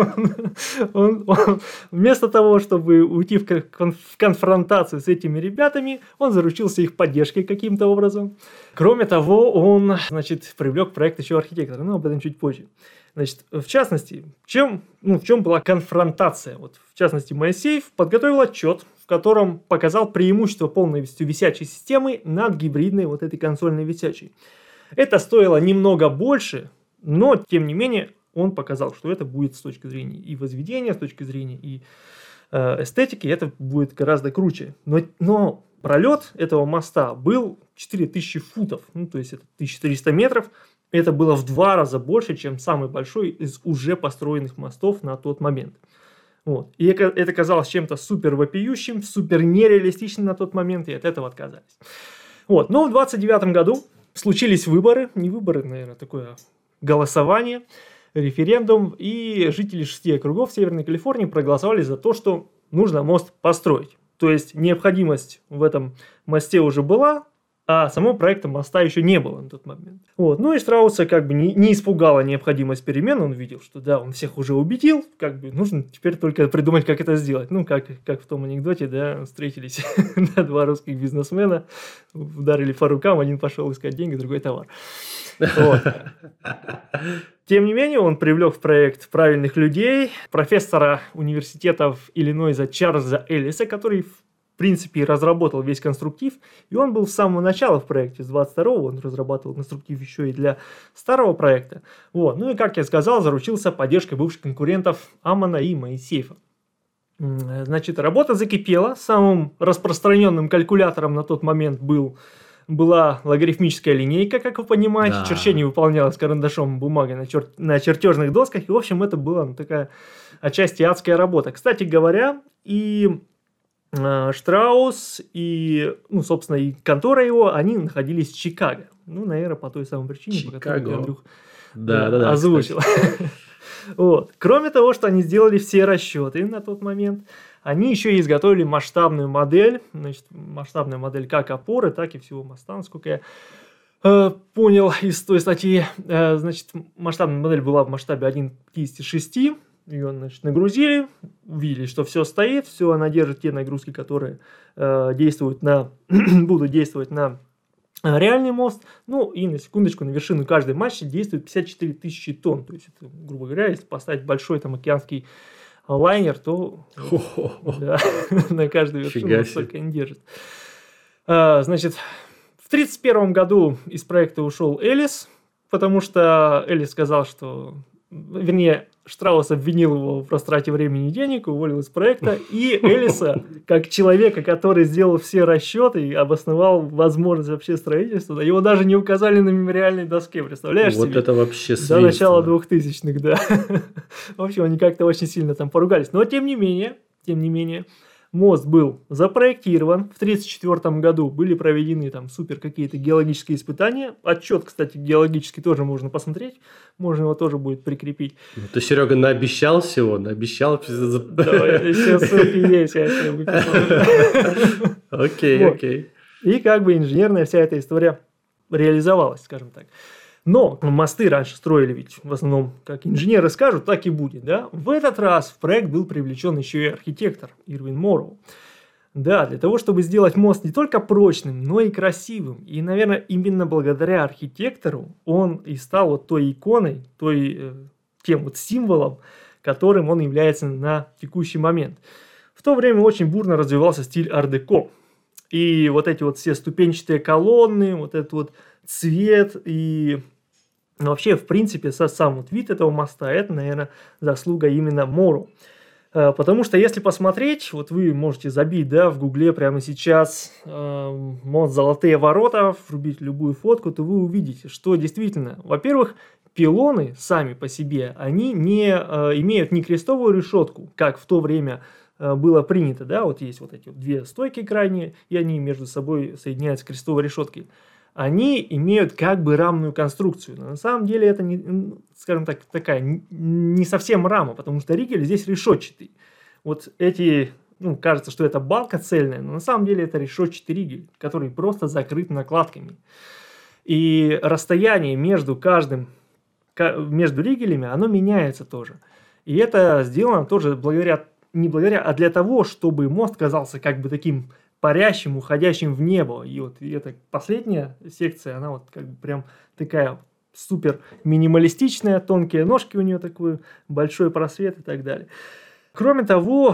Speaker 2: он, он, вместо того, чтобы уйти в, кон- в конфронтацию с этими ребятами, он заручился их поддержкой каким-то образом. Кроме того, он, значит, привлек в проект еще архитектора, но об этом чуть позже. Значит, в частности, чем, ну, в чем была конфронтация? Вот, в частности, Моисеев подготовил отчет, в котором показал преимущество полностью висячей системы над гибридной вот этой консольной висячей. Это стоило немного больше, но, тем не менее, он показал, что это будет с точки зрения и возведения, с точки зрения и э, эстетики, это будет гораздо круче. Но, но пролет этого моста был четыре тысячи футов, ну, то есть это тысяча триста метров. Это было в два раза больше, чем самый большой из уже построенных мостов на тот момент. Вот. И это, это казалось чем-то супер вопиющим, супер нереалистичным на тот момент, и от этого отказались. Вот. Но в двадцать девятом году случились выборы, не выборы, наверное, такое голосование, референдум, и жители шести округов Северной Калифорнии проголосовали за то, что нужно мост построить. То есть необходимость в этом мосте уже была, а самого проекта моста еще не было на тот момент. Вот. Ну и Штрауса как бы не, не испугала необходимость перемен, он видел, что да, он всех уже убедил, как бы нужно теперь только придумать, как это сделать. Ну, как, как в том анекдоте, да, встретились два русских бизнесмена, ударили по рукам, один пошел искать деньги, другой товар. Вот. Тем не менее, он привлек в проект правильных людей, профессора университетов Иллинойса Чарльза Эллиса, который в принципе разработал весь конструктив, и он был с самого начала в проекте, с двадцать второго он разрабатывал конструктив еще и для старого проекта. Вот. Ну и, как я сказал, заручился поддержкой бывших конкурентов Аммона и Моисеева. Значит, работа закипела, самым распространенным калькулятором на тот момент был была логарифмическая линейка, как вы понимаете. Да. Черчение выполнялось карандашом, бумагой на, чер... на чертежных досках. И, в общем, это была ну, такая отчасти адская работа. Кстати говоря, и э, Штраус, и, ну, собственно, и контора его, они находились в Чикаго. Ну, наверное, по той самой причине, Чикаго. По которой Андрюх да, да, да, озвучил. Вот. Кроме того, что они сделали все расчеты на тот момент, они еще и изготовили масштабную модель, значит, масштабная модель как опоры, так и всего моста, насколько я э, понял из той статьи. Э, значит, масштабная модель была в масштабе один к пятидесяти шести, ее, значит, нагрузили, увидели, что все стоит, все, она держит те нагрузки, которые э, действуют на, будут действовать на реальный мост. Ну и на секундочку, на вершину каждой мачты действует пятьдесят четыре тысячи тонн. То есть, это, грубо говоря, если поставить большой там океанский лайнер, то да, на каждую вершину столько не держит. А, значит, в тридцать первом году из проекта ушел Эллис, потому что Эллис сказал, что, вернее, Штраус обвинил его в растрате времени и денег, уволил из проекта, и Эллиса, как человека, который сделал все расчеты и обосновал возможность вообще строительства, его даже не указали на мемориальной доске, представляешь
Speaker 1: вот
Speaker 2: себе?
Speaker 1: Вот это вообще свинство.
Speaker 2: До начала двухтысячных, да. В общем, они как-то очень сильно там поругались. Но тем не менее, тем не менее, мост был запроектирован. В тридцать четвёртом году были проведены там супер какие-то геологические испытания. Отчет, кстати, геологический тоже можно посмотреть. Можно его тоже будет прикрепить.
Speaker 1: Ну, ты, Серега, наобещал всего? Наобещал?
Speaker 2: Да, все ссылки есть.
Speaker 1: Окей, окей.
Speaker 2: И как бы инженерная вся эта история реализовалась, скажем так. Но мосты раньше строили ведь в основном, как инженеры скажут, так и будет. Да? В этот раз в проект был привлечен еще и архитектор Ирвин Морроу. Да, для того, чтобы сделать мост не только прочным, но и красивым. И, наверное, именно благодаря архитектору он и стал вот той иконой, той, э, тем вот символом, которым он является на текущий момент. В то время очень бурно развивался стиль ар-деко. И вот эти вот все ступенчатые колонны, вот этот вот цвет и вообще, в принципе, сам вот вид этого моста, это, наверное, заслуга именно Мору. Потому что если посмотреть, вот вы можете забить, да, в гугле прямо сейчас э, мост «Золотые ворота», врубить любую фотку, то вы увидите, что действительно, во-первых, пилоны сами по себе, они не э, имеют ни крестовую решетку, как в то время э, было принято, да, вот есть вот эти вот две стойки крайние, и они между собой соединяются крестовой решеткой. Они имеют как бы рамную конструкцию. Но на самом деле это, не, скажем так, такая не совсем рама, потому что ригель здесь решетчатый. Вот эти, ну, кажется, что это балка цельная, но на самом деле это решетчатый ригель, который просто закрыт накладками. И расстояние между каждым, между ригелями, оно меняется тоже. И это сделано тоже благодаря, не благодаря, а для того, чтобы мост казался как бы таким парящим, уходящим в небо. И вот и эта последняя секция, она вот как бы прям такая супер минималистичная, тонкие ножки у нее такой, большой просвет и так далее. Кроме того,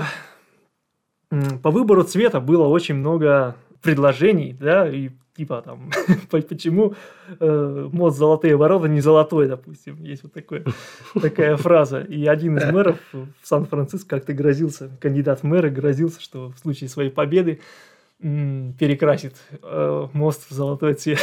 Speaker 2: по выбору цвета было очень много предложений, да, и типа там, почему э, мост «Золотые ворота» не золотой, допустим, есть вот такой, такая фраза. И один из мэров в Сан-Франциско как-то грозился, кандидат в мэры грозился, что в случае своей победы м- перекрасит э, мост в золотой цвет.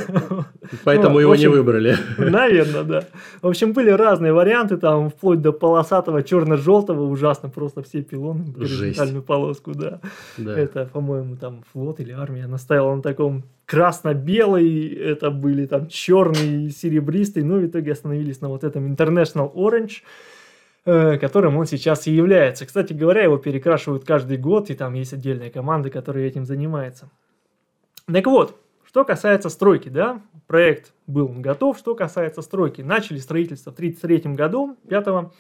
Speaker 1: Поэтому ну, его общем, не выбрали.
Speaker 2: Наверное, да. В общем, были разные варианты, там, вплоть до полосатого, черно-желтого, ужасно, просто все пилоны, горизонтальную полоску, да. да. Это, по-моему, там флот или армия наставила на таком красно-белый, это были там черный, серебристый, но в итоге остановились на вот этом International Orange, э, которым он сейчас и является. Кстати говоря, его перекрашивают каждый год, и там есть отдельная команда, которая этим занимается. Так вот, что касается стройки, да, проект был готов, что касается стройки. Начали строительство в тридцать третьем году, пятого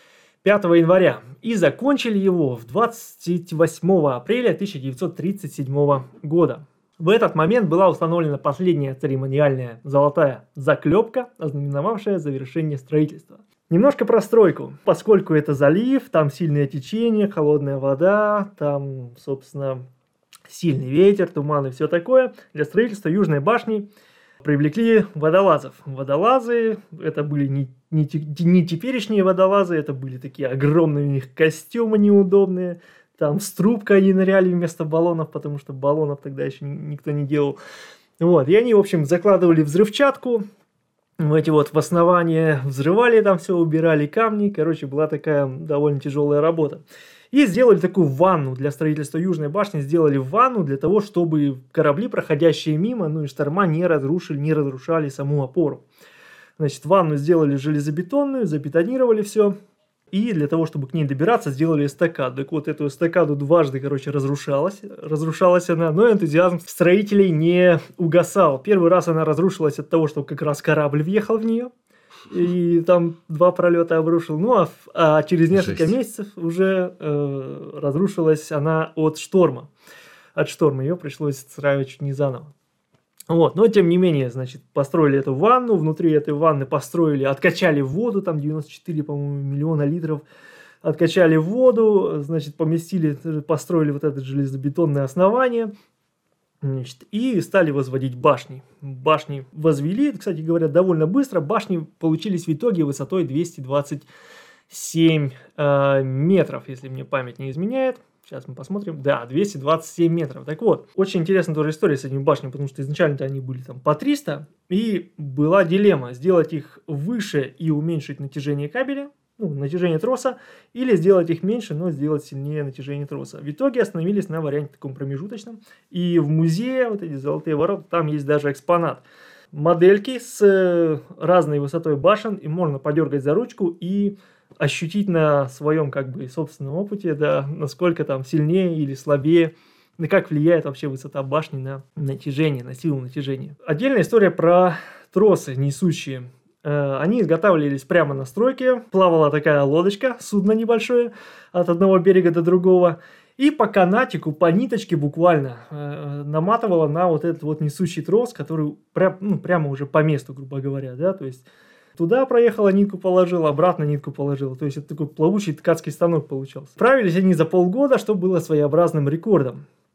Speaker 2: января, и закончили его в двадцать восьмого апреля тысяча девятьсот тридцать седьмого года. В этот момент была установлена последняя церемониальная золотая заклепка, ознаменовавшая завершение строительства. Немножко про стройку. Поскольку это залив, там сильное течение, холодная вода, там, собственно, сильный ветер, туман и все такое, для строительства Южной башни привлекли водолазов. Водолазы, это были не, не, не теперешние водолазы, это были такие огромные у них костюмы неудобные, там с трубкой они ныряли вместо баллонов, потому что баллонов тогда еще никто не делал. Вот, и они, в общем, закладывали взрывчатку в эти вот в основания, взрывали там все, убирали камни, короче, была такая довольно тяжелая работа. И сделали такую ванну для строительства Южной башни, сделали ванну для того, чтобы корабли, проходящие мимо, ну и шторма, не разрушили, не разрушали саму опору. Значит, ванну сделали железобетонную, забетонировали все. И для того, чтобы к ней добираться, сделали эстакаду. Так вот, эту эстакаду дважды, короче, разрушалась. Разрушалась она, но энтузиазм строителей не угасал. Первый раз она разрушилась от того, что как раз корабль въехал в нее. И там два пролета обрушил. Ну, а, а через несколько Жесть. месяцев уже э, разрушилась она от шторма. От шторма ее пришлось отстраивать чуть не заново. Вот, но тем не менее, значит, построили эту ванну, внутри этой ванны построили, откачали воду, там девяносто четыре, по-моему, миллиона литров, откачали воду, значит, поместили, построили вот это железобетонное основание, значит, и стали возводить башни. Башни возвели, кстати говоря, довольно быстро, башни получились в итоге высотой двести двадцать семь э, метров, если мне память не изменяет. Сейчас мы посмотрим. Да, двести двадцать семь метров. Так вот, очень интересная тоже история с этими башнями, потому что изначально-то они были там по триста, и была дилемма, сделать их выше и уменьшить натяжение кабеля, ну, натяжение троса, или сделать их меньше, но сделать сильнее натяжение троса. В итоге остановились на варианте таком промежуточном, и в музее, вот эти золотые ворота, там есть даже экспонат. Модельки с разной высотой башен, и можно подергать за ручку и ощутить на своем, как бы, собственном опыте, да, насколько там сильнее или слабее, и как влияет вообще высота башни на натяжение, на силу натяжения. Отдельная история про тросы несущие. Они изготавливались прямо на стройке, плавала такая лодочка, судно небольшое, от одного берега до другого, и по канатику, по ниточке буквально э, наматывала на вот этот вот несущий трос, который прям, ну, прямо уже по месту, грубо говоря, да, то есть туда проехала, нитку положила, обратно нитку положила. То есть это такой плавучий ткацкий станок получался. Справились они за полгода, что было своеобразным рекордом.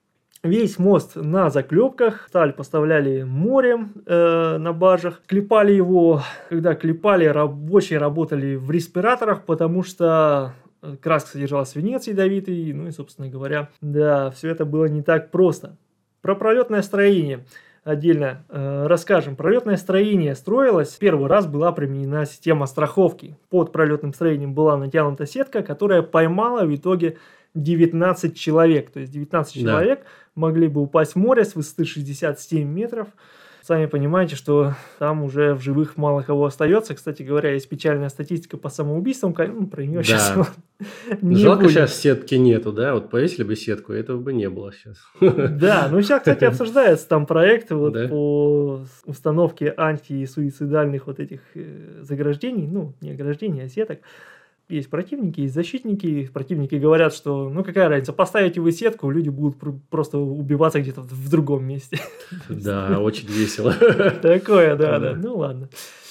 Speaker 2: Весь мост на заклепках, сталь поставляли морем э, на баржах, клепали его, когда клепали, рабочие работали в респираторах, потому что краска содержала свинец ядовитый, ну и, собственно говоря, да, все это было не так просто. Про пролетное строение отдельно э, расскажем. Пролетное строение строилось, первый раз была применена система страховки. Под пролетным строением была натянута сетка, которая поймала в итоге девятнадцать человек. То есть девятнадцать да. человек могли бы упасть в море с высоты шестьдесят семь метров. Сами понимаете, что там уже в живых мало кого остается. Кстати говоря, есть печальная статистика по самоубийствам. Ну, про нее да. сейчас
Speaker 1: не Жалко, будет. Сейчас сетки нету, да? Вот повесили бы сетку, этого бы не было сейчас.
Speaker 2: Да, ну сейчас, кстати, обсуждается там проект вот да? по установке антисуицидальных вот этих заграждений. Ну, не ограждений, а сеток. Есть противники, есть защитники. Противники говорят, что ну какая разница, поставите вы сетку, люди будут просто убиваться где-то в другом месте.
Speaker 1: Да, очень весело.
Speaker 2: Такое, да, да. Ну ладно.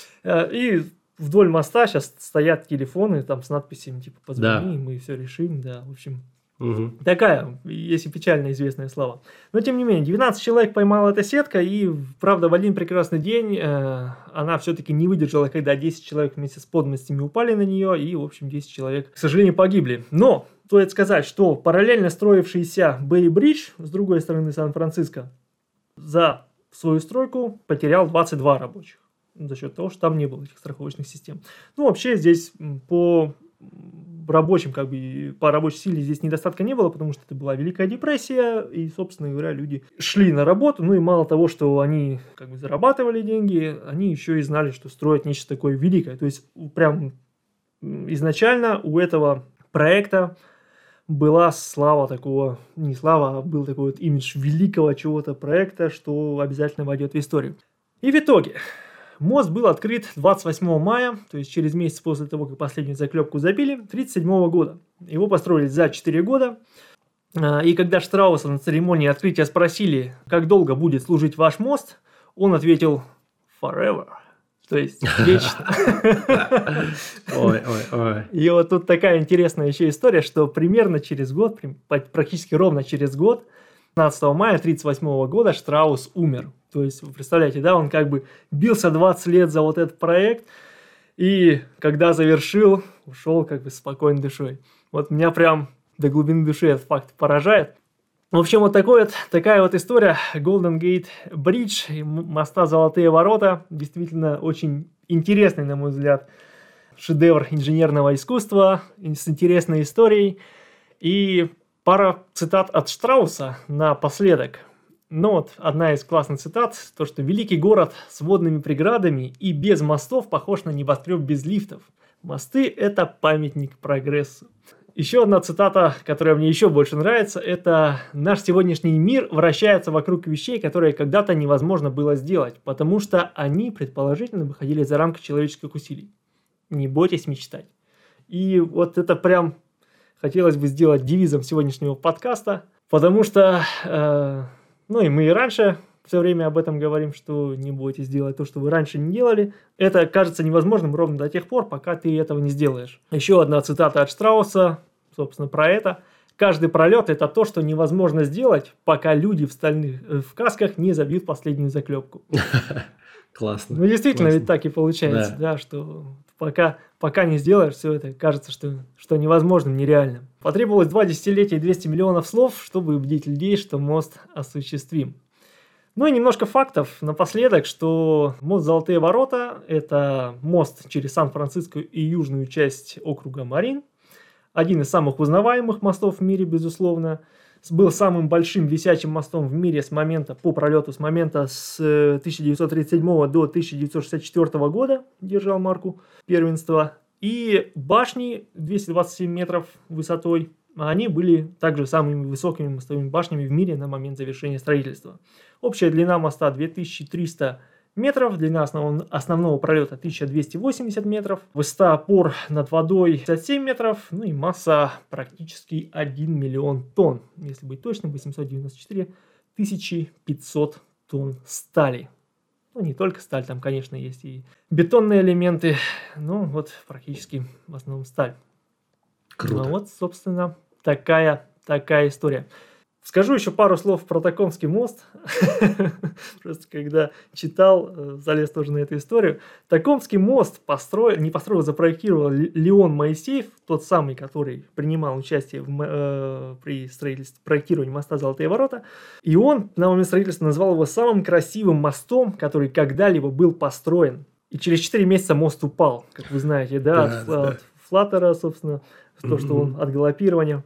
Speaker 2: И вдоль моста сейчас стоят телефоны там с надписями типа «позвони, мы все решим». Да, в общем, такая, если печально известная слава. Но тем не менее, девятнадцать человек поймала эта сетка, и, правда, в один прекрасный день э, она все-таки не выдержала, когда десять человек вместе с подмостями упали на нее, и, в общем, десять человек, к сожалению, погибли. Но стоит сказать, что параллельно строившийся Бэй-Бридж, с другой стороны Сан-Франциско, за свою стройку потерял двадцать два рабочих, за счет того, что там не было этих страховочных систем. Ну, вообще, здесь по... рабочим, как бы, по рабочей силе здесь недостатка не было, потому что это была Великая депрессия, и, собственно говоря, люди шли на работу, ну и мало того, что они, как бы, зарабатывали деньги, они еще и знали, что строят нечто такое великое. То есть, прям изначально у этого проекта была слава такого, не слава, а был такой вот имидж великого чего-то проекта, что обязательно войдет в историю. И в итоге... Мост был открыт двадцать восьмого мая, то есть через месяц после того, как последнюю заклепку забили, тридцать седьмого года. Его построили за четыре года. И когда Штрауса на церемонии открытия спросили, как долго будет служить ваш мост, он ответил «forever», то есть вечно.
Speaker 1: Ой, ой, ой.
Speaker 2: И вот тут такая интересная еще история, что примерно через год, практически ровно через год, пятнадцатого мая тридцать восьмого года Штраус умер. То есть, вы представляете, да, он как бы бился двадцать лет за вот этот проект, и когда завершил, ушел как бы с спокойной душой. Вот меня прям до глубины души этот факт поражает. В общем, вот такой вот, такая вот история Golden Gate Bridge, моста «Золотые ворота». Действительно очень интересный, на мой взгляд, шедевр инженерного искусства с интересной историей. И пара цитат от Штрауса напоследок. Но вот одна из классных цитат, то, что «великий город с водными преградами и без мостов похож на небоскреб без лифтов. Мосты – это памятник прогрессу». Еще одна цитата, которая мне еще больше нравится, это «наш сегодняшний мир вращается вокруг вещей, которые когда-то невозможно было сделать, потому что они, предположительно, выходили за рамки человеческих усилий. Не бойтесь мечтать». И вот это прям хотелось бы сделать девизом сегодняшнего подкаста, потому что... Э, Ну и мы и раньше все время об этом говорим, что не бойтесь делать то, что вы раньше не делали. Это кажется невозможным ровно до тех пор, пока ты этого не сделаешь. Еще одна цитата от Штрауса, собственно, про это. «Каждый пролет – это то, что невозможно сделать, пока люди в стальных в касках не забьют последнюю заклепку».
Speaker 1: Классно.
Speaker 2: Ну, действительно, ведь так и получается, да, что пока, пока не сделаешь все это, кажется, что, что невозможным, нереальным. Потребовалось два десятилетия и двести миллионов слов, чтобы убедить людей, что мост осуществим. Ну и немножко фактов напоследок, что мост «Золотые ворота» – это мост через Сан-Франциско и южную часть округа Марин. Один из самых узнаваемых мостов в мире, безусловно. Был самым большим висячим мостом в мире с момента, по пролету с момента с тысяча девятьсот тридцать седьмого до тысяча девятьсот шестьдесят четвёртого года, держал марку первенства. И башни двести двадцать семь метров высотой, они были также самыми высокими мостовыми башнями в мире на момент завершения строительства. Общая длина моста две тысячи триста метров, длина основ... основного пролета тысяча двести восемьдесят метров, высота опор над водой пятьдесят семь метров, ну и масса практически один миллион тонн, если быть точным, восемьсот девяносто четыре тысячи пятьсот тонн стали. Ну, не только сталь, там, конечно, есть и бетонные элементы, но вот практически в основном сталь.
Speaker 1: Круто.
Speaker 2: Ну, вот, собственно, такая, такая история. Скажу еще пару слов про Токомский мост. Просто когда читал, залез тоже на эту историю. Токомский мост построил, не построил, запроектировал Леон Моисеев, тот самый, который принимал участие в, э, при строительстве, проектировании моста «Золотые ворота». И он на момент строительства назвал его самым красивым мостом, который когда-либо был построен. И через четыре месяца мост упал, как вы знаете, да, да, от, да. от флаттера, собственно, то, mm-hmm. что он от галопирования.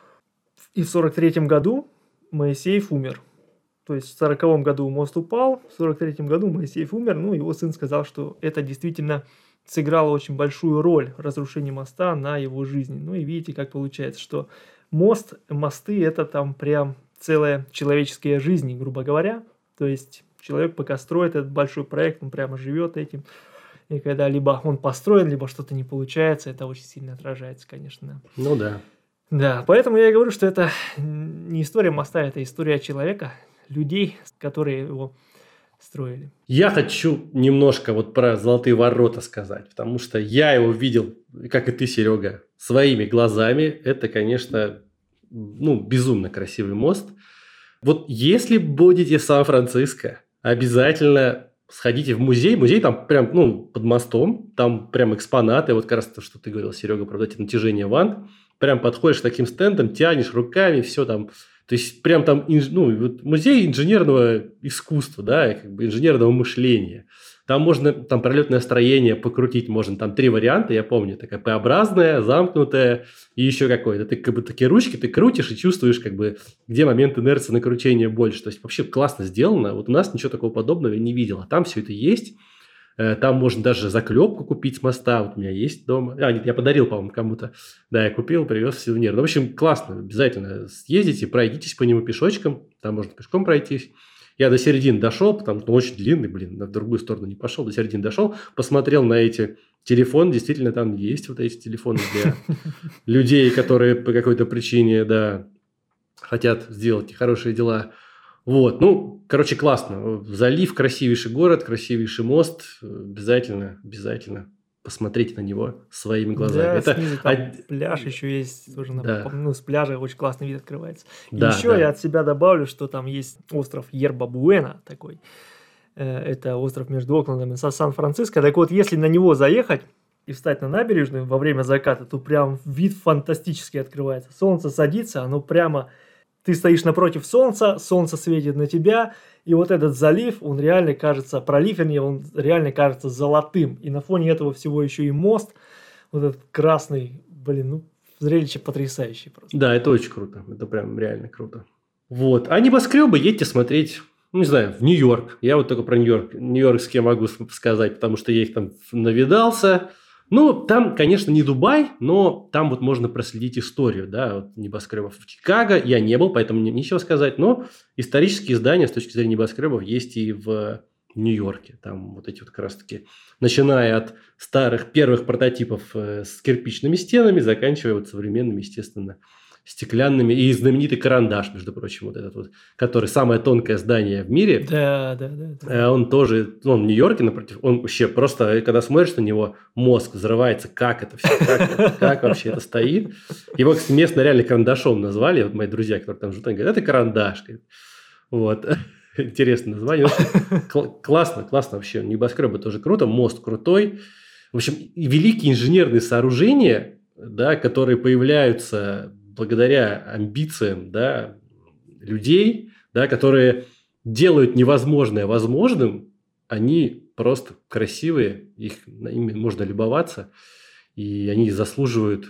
Speaker 2: И в сорок третьем году Моисеев умер. То есть в сороковом году мост упал, в сорок третьем году Моисеев умер. Ну, его сын сказал, что это действительно сыграло очень большую роль разрушение моста на его жизни. Ну и видите, как получается, что мост, мосты – это там прям целая человеческая жизнь, грубо говоря. То есть человек пока строит этот большой проект, он прямо живет этим. И когда либо он построен, либо что-то не получается, это очень сильно отражается, конечно.
Speaker 1: Ну да.
Speaker 2: Да, поэтому я и говорю, что это не история моста, это история человека, людей, которые его строили.
Speaker 1: Я хочу немножко вот про «Золотые ворота» сказать, потому что я его видел, как и ты, Серега, своими глазами. Это, конечно, ну, безумно красивый мост. Вот если будете в Сан-Франциско, обязательно сходите в музей. Музей там прям, ну, под мостом, там прям экспонаты. Вот как раз то, что ты говорил, Серега, про эти натяжения вант. Прям подходишь к таким стендам, тянешь руками, все там. То есть, прям там ну, вот музей инженерного искусства, да, как бы инженерного мышления. Там можно, там пролетное строение покрутить можно. Там три варианта, я помню. Такая П-образная, замкнутая и еще какое-то. Ты как бы такие ручки ты крутишь и чувствуешь, как бы, где момент инерции на кручение больше. То есть, вообще классно сделано. Вот у нас ничего такого подобного я не видел. А там все это есть. Там можно даже заклепку купить с моста. Вот у меня есть дома. А, нет, я подарил, по-моему, кому-то. Да, я купил, привез в сувенир. Ну, в общем, классно. Обязательно съездите, пройдитесь по нему пешочком. Там можно пешком пройтись. Я до середины дошел, потому что он очень длинный, блин, на другую сторону не пошел. До середины дошел, посмотрел на эти телефоны. Действительно, там есть вот эти телефоны для людей, которые по какой-то причине, да, хотят сделать хорошие дела. Вот, ну, короче, классно. Залив, красивейший город, красивейший мост. Обязательно, обязательно посмотрите на него своими глазами.
Speaker 2: Да,
Speaker 1: это
Speaker 2: снизу там а... пляж еще есть. Тоже
Speaker 1: да.
Speaker 2: на... ну, с пляжа очень классный вид открывается.
Speaker 1: Да,
Speaker 2: еще
Speaker 1: да.
Speaker 2: я от себя добавлю, что там есть остров Йерба-Буэна такой. Это остров между Оклендом и Сан-Франциско. Так вот, если на него заехать и встать на набережную во время заката, то прям вид фантастический открывается. Солнце садится, оно прямо... Ты стоишь напротив солнца, солнце светит на тебя, и вот этот залив, он реально кажется, пролив, вернее, он реально кажется золотым. И на фоне этого всего еще и мост, вот этот красный, блин, ну, зрелище потрясающее просто.
Speaker 1: Да, это очень круто, это прям реально круто. Вот, а небоскребы едьте смотреть, ну, не знаю, в Нью-Йорк. Я вот только про Нью-Йорк, нью-йоркские могу сказать, потому что я их там навидался. Ну, там, конечно, не Дубай, но там вот можно проследить историю, да, вот небоскребов в Чикаго. Я не был, поэтому мне нечего сказать, но исторические здания с точки зрения небоскребов есть и в Нью-Йорке. Там вот эти вот как раз-таки, начиная от старых первых прототипов с кирпичными стенами, заканчивая вот современными, естественно, стеклянными. И знаменитый карандаш, между прочим, вот этот вот, который самое тонкое здание в мире.
Speaker 2: Да, да, да. да.
Speaker 1: Он тоже, он в Нью-Йорке, напротив, он вообще просто, когда смотришь на него, мозг взрывается, как это все, как, как вообще это стоит. Его местно реально карандашом назвали, вот мои друзья, которые там живут, они говорят, это карандаш. Вот. Интересное название. Классно, классно вообще. Небоскребы тоже круто, мост крутой. В общем, великие инженерные сооружения, да, которые появляются благодаря амбициям, да, людей, да, которые делают невозможное возможным, они просто красивые, их, ими можно любоваться, и они заслуживают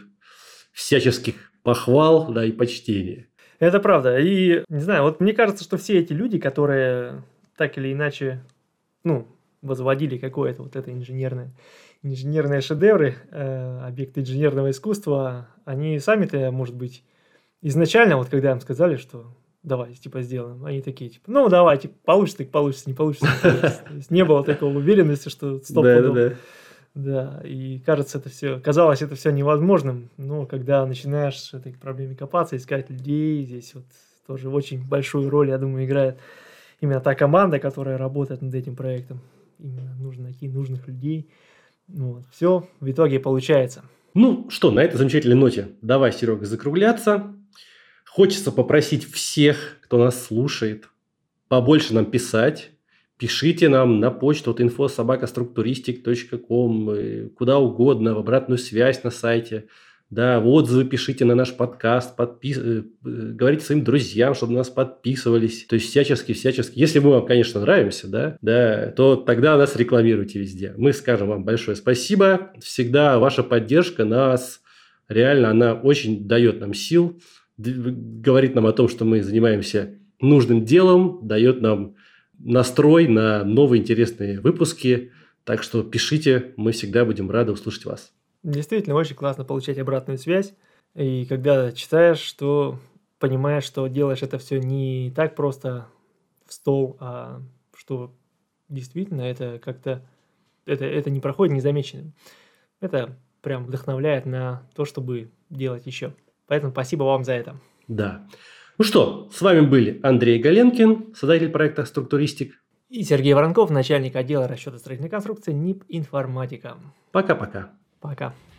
Speaker 1: всяческих похвал, да, и почтения.
Speaker 2: Это правда. И, не знаю, вот мне кажется, что все эти люди, которые так или иначе, ну, возводили какое-то вот это инженерное, инженерные шедевры, э, объекты инженерного искусства, они сами-то, может быть, изначально, вот когда им сказали, что давай, типа, сделаем, они такие, типа, ну, давай, типа, получится, так получится, не получится, не получится. То есть не было такой уверенности, что стоп
Speaker 1: да, да, да.
Speaker 2: Да, и кажется, это все, казалось, это все невозможным, но когда начинаешь с этой проблеме копаться, искать людей, здесь вот тоже очень большую роль, я думаю, играет именно та команда, которая работает над этим проектом. Именно нужно найти нужных людей. Вот. Все в итоге получается.
Speaker 1: Ну что, на этой замечательной ноте давай, Серега, закругляться. хочется попросить всех, кто нас слушает, побольше нам писать. Пишите нам на почту вот инфо собака структуристик точка ком, куда угодно, в обратную связь на сайте. Да, отзывы пишите на наш подкаст, подпис... говорите своим друзьям, чтобы нас подписывались. То есть всячески-всячески. Если мы вам, конечно, нравимся, да, да, то тогда нас рекламируйте везде. Мы скажем вам большое спасибо. Всегда ваша поддержка нас реально, она очень дает нам сил, говорит нам о том, что мы занимаемся нужным делом, дает нам настрой на новые интересные выпуски. Так что пишите, мы всегда будем рады услышать вас.
Speaker 2: Действительно, очень классно получать обратную связь. И когда читаешь, что понимаешь, что делаешь это все не так просто в стол, а что действительно это как-то это, это не проходит незамеченным. Это прям вдохновляет на то, чтобы делать еще. Поэтому спасибо вам за это.
Speaker 1: Да. Ну что, с вами были Андрей Галенкин, создатель проекта «Структуристик».
Speaker 2: И Сергей Воронков, начальник отдела расчета строительной конструкции НИП «Информатика».
Speaker 1: Пока-пока.
Speaker 2: Пока.